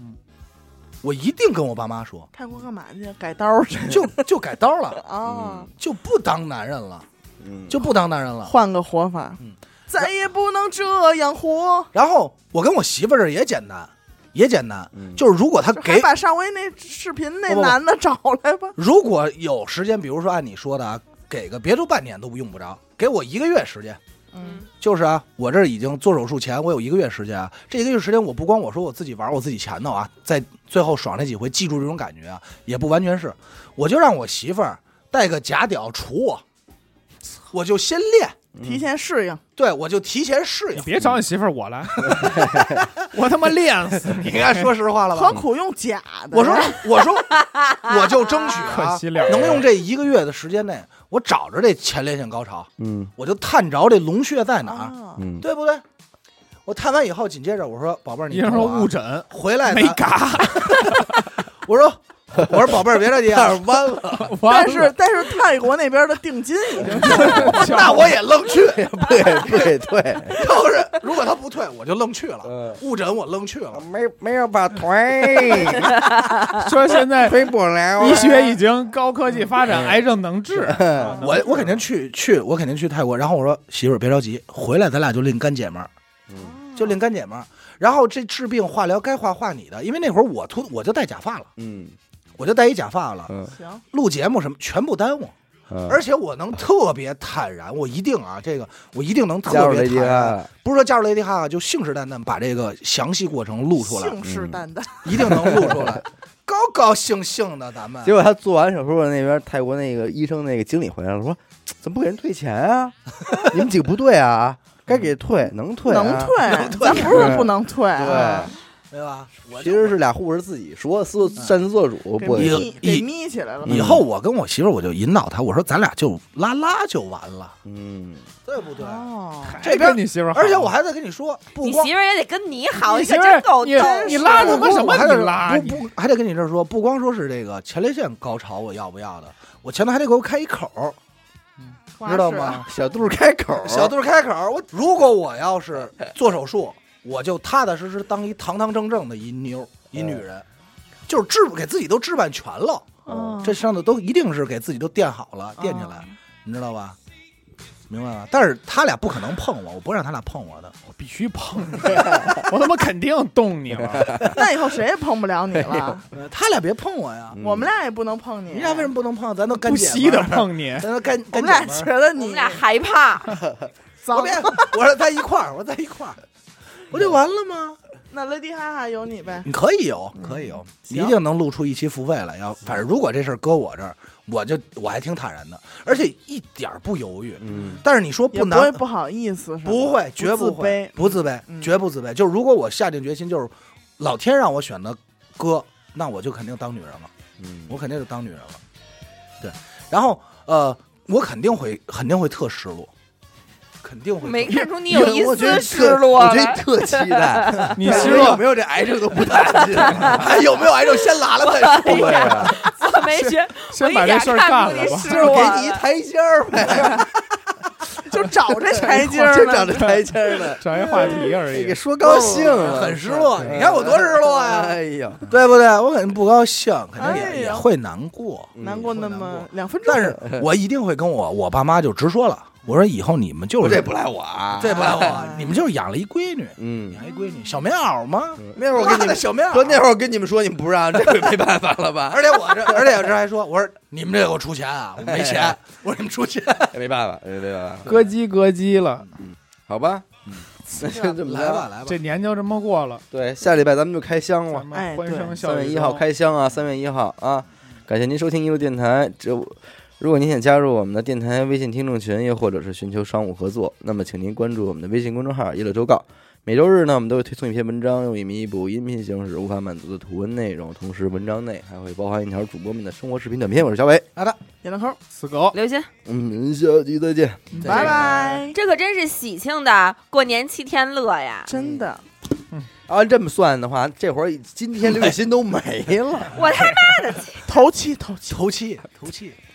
我一定跟我爸妈说， 泰国干嘛去？改刀去就就改刀了， 啊！ 就不当男人了， 嗯， 就不当男人了。 换个活法， 嗯再也不能这样活。 然后我跟我媳妇儿这也简单，也简单， 嗯就是如果他还给， 把上回那视频那不不不男的找来吧。 如果有时间，比如说按你说的啊，给个别说半年都用不着，给我一个月时间。 嗯， 就是啊，我这已经做手术前，我有一个月时间啊。这一个月时间，我不光我说我自己玩我自己前头啊，在最后爽那几回，记住这种感觉啊，也不完全是，我就让我媳妇儿带个假屌杵我，我就先练， 提前适应。 对我就提前适应。 你别找你媳妇儿，我来，我他妈练死你！ 你应该说实话了吧？ 何苦用假的？ 我说，我说，我就争取可啊惜了， 能用这一个月的时间内，我找着这前列腺高潮， 嗯我就探着这龙穴在哪儿， 啊， 嗯， 对不对？我探完以后，紧接着我说：“宝贝儿，你医生说等我啊误诊， 回来咱没嘎， 我说我说宝贝儿别着急啊， 弯了， 但是但是泰国那边的定金已经那我也愣去， 对对对， 就是如果他不退，我就愣去了。 嗯， 误诊我愣去了。 没没有把腿说现在推不了， 医学已经高科技发展，癌症能治。 我我肯定去去，我肯定去泰国。然后我说媳妇儿别着急，回来咱俩就另干姐们儿， 嗯就另干姐们儿。然后这治病化疗该画画你的，因为那会儿我秃我就戴假发了， 嗯我就戴一假发了， 嗯行。 录节目什么全部耽误。 嗯， 而且我能特别坦然，我一定啊，这个我一定能加入雷迪特别坦然， 哈， 不是说加入雷迪哈哈，就信誓旦旦把这个详细过程录出来， 信誓旦旦， 一定能录出来，高高兴兴的咱们。 结果他做完手术的那边泰国那个医生那个经理回来了，说怎么不给人退钱啊？你们几个不对啊，该给退，能退、啊， 能退，咱不是不能退啊， 对吧？我其实是俩护士自己说自擅自做主，不以给眯以给眯起来了。 以后我跟我媳妇儿我就引导她，我说咱俩就拉拉就完了， 嗯， 对不对？ 哦， 这边跟你媳妇儿好， 而且我还在跟你说，不你光媳妇儿也得跟你好，你可你媳妇儿你真够逗。 你拉他妈什么？ 还得你拉不不还得跟你这儿说，不光说是这个前列腺高潮我要不要的，我前头还得给我开一口，知道吗？ 小肚开口， 小肚开口，我如果我要是做手术，我就踏踏实实当一堂堂正正的一妞一女人，就是置给自己都置办全了， 嗯这上头都一定是给自己都垫好了，垫起来，你知道吧？明白吧？但是他俩不可能碰我，我不让他俩碰我的。 我必须碰你，我他妈肯定动你了。 那以后谁也碰不了你了， 呃他俩别碰我呀！ 嗯我们俩也不能碰你。 你俩为什么不能碰？咱都干不姐惜的们儿， 碰你， 咱都干我们俩干姐们儿觉得你我们俩害怕， 脏我别，我说在一块儿，我说在一块儿，不就完了吗？ 那雷迪哈哈有你呗。 你可以有，可以有， 行一定能录出一期付费来。要反正如果这事儿搁我这儿，我就我还挺坦然的，而且一点儿不犹豫。 嗯但是你说也不难会，不好意思，是吧不会，绝不自会卑， 不自卑， 嗯绝不自卑。就是如果我下定决心，就是老天让我选择哥，那我就肯定当女人了， 嗯， 我肯定就当女人了。对，然后呃，我肯定会肯定会特失落，肯定会没特看出你有一我觉得丝特失落我觉得来。 特期待， 你感失落觉有没有这癌症都不担心， 还有没有癌症先拉了再说。 对啊， 我没学， 先把这事儿干了吧。 就是给你一台阶儿呗， 就找这台阶儿就呢找这台阶儿呢， 找一话题而已你给。说高兴了， 很失落你看我多失落呀哎呀， 对不对？我肯定不高兴，肯定也、 哎呀也会难过， 难过那么两分钟， 但是我一定会跟我我爸妈就直说了，我说以后你们就是这不赖我啊， 这不赖我，你们就是养了一闺女， 嗯养一闺女小棉袄吗？ 那会儿我跟你们妈的小棉说，那袄。 会儿我跟你们说，你们不让，这回没办法了吧？ 而且我这，而且我这还说，我说你们这给我出钱啊，我没钱，我说你们出钱， 没办法，没办法， 咯叽咯叽了， 好吧，那就这么来吧着。 来吧， 这年就这么过了。 对，下礼拜咱们就开箱了咱，们哎欢声笑语三月一号中开箱啊，三月一号啊！感谢您收听一路电台。这如果您想加入我们的电台微信听众群，又或者是寻求商务合作，那么请您关注我们的微信公众号“一乐周告”。每周日呢，我们都会推送一篇文章，用以弥补音频形式无法满足的图文内容。同时，文章内还会包含一条主播们的生活视频短片。我是小伟， 好的， 点个扣， 死狗， 刘鑫， 我们下期再见。 拜拜。 这可真是喜庆的过年七天乐呀！ 真的， 按这么算的话，这会儿今天刘雨欣都没了。 我他妈的头七头七。 头七头七。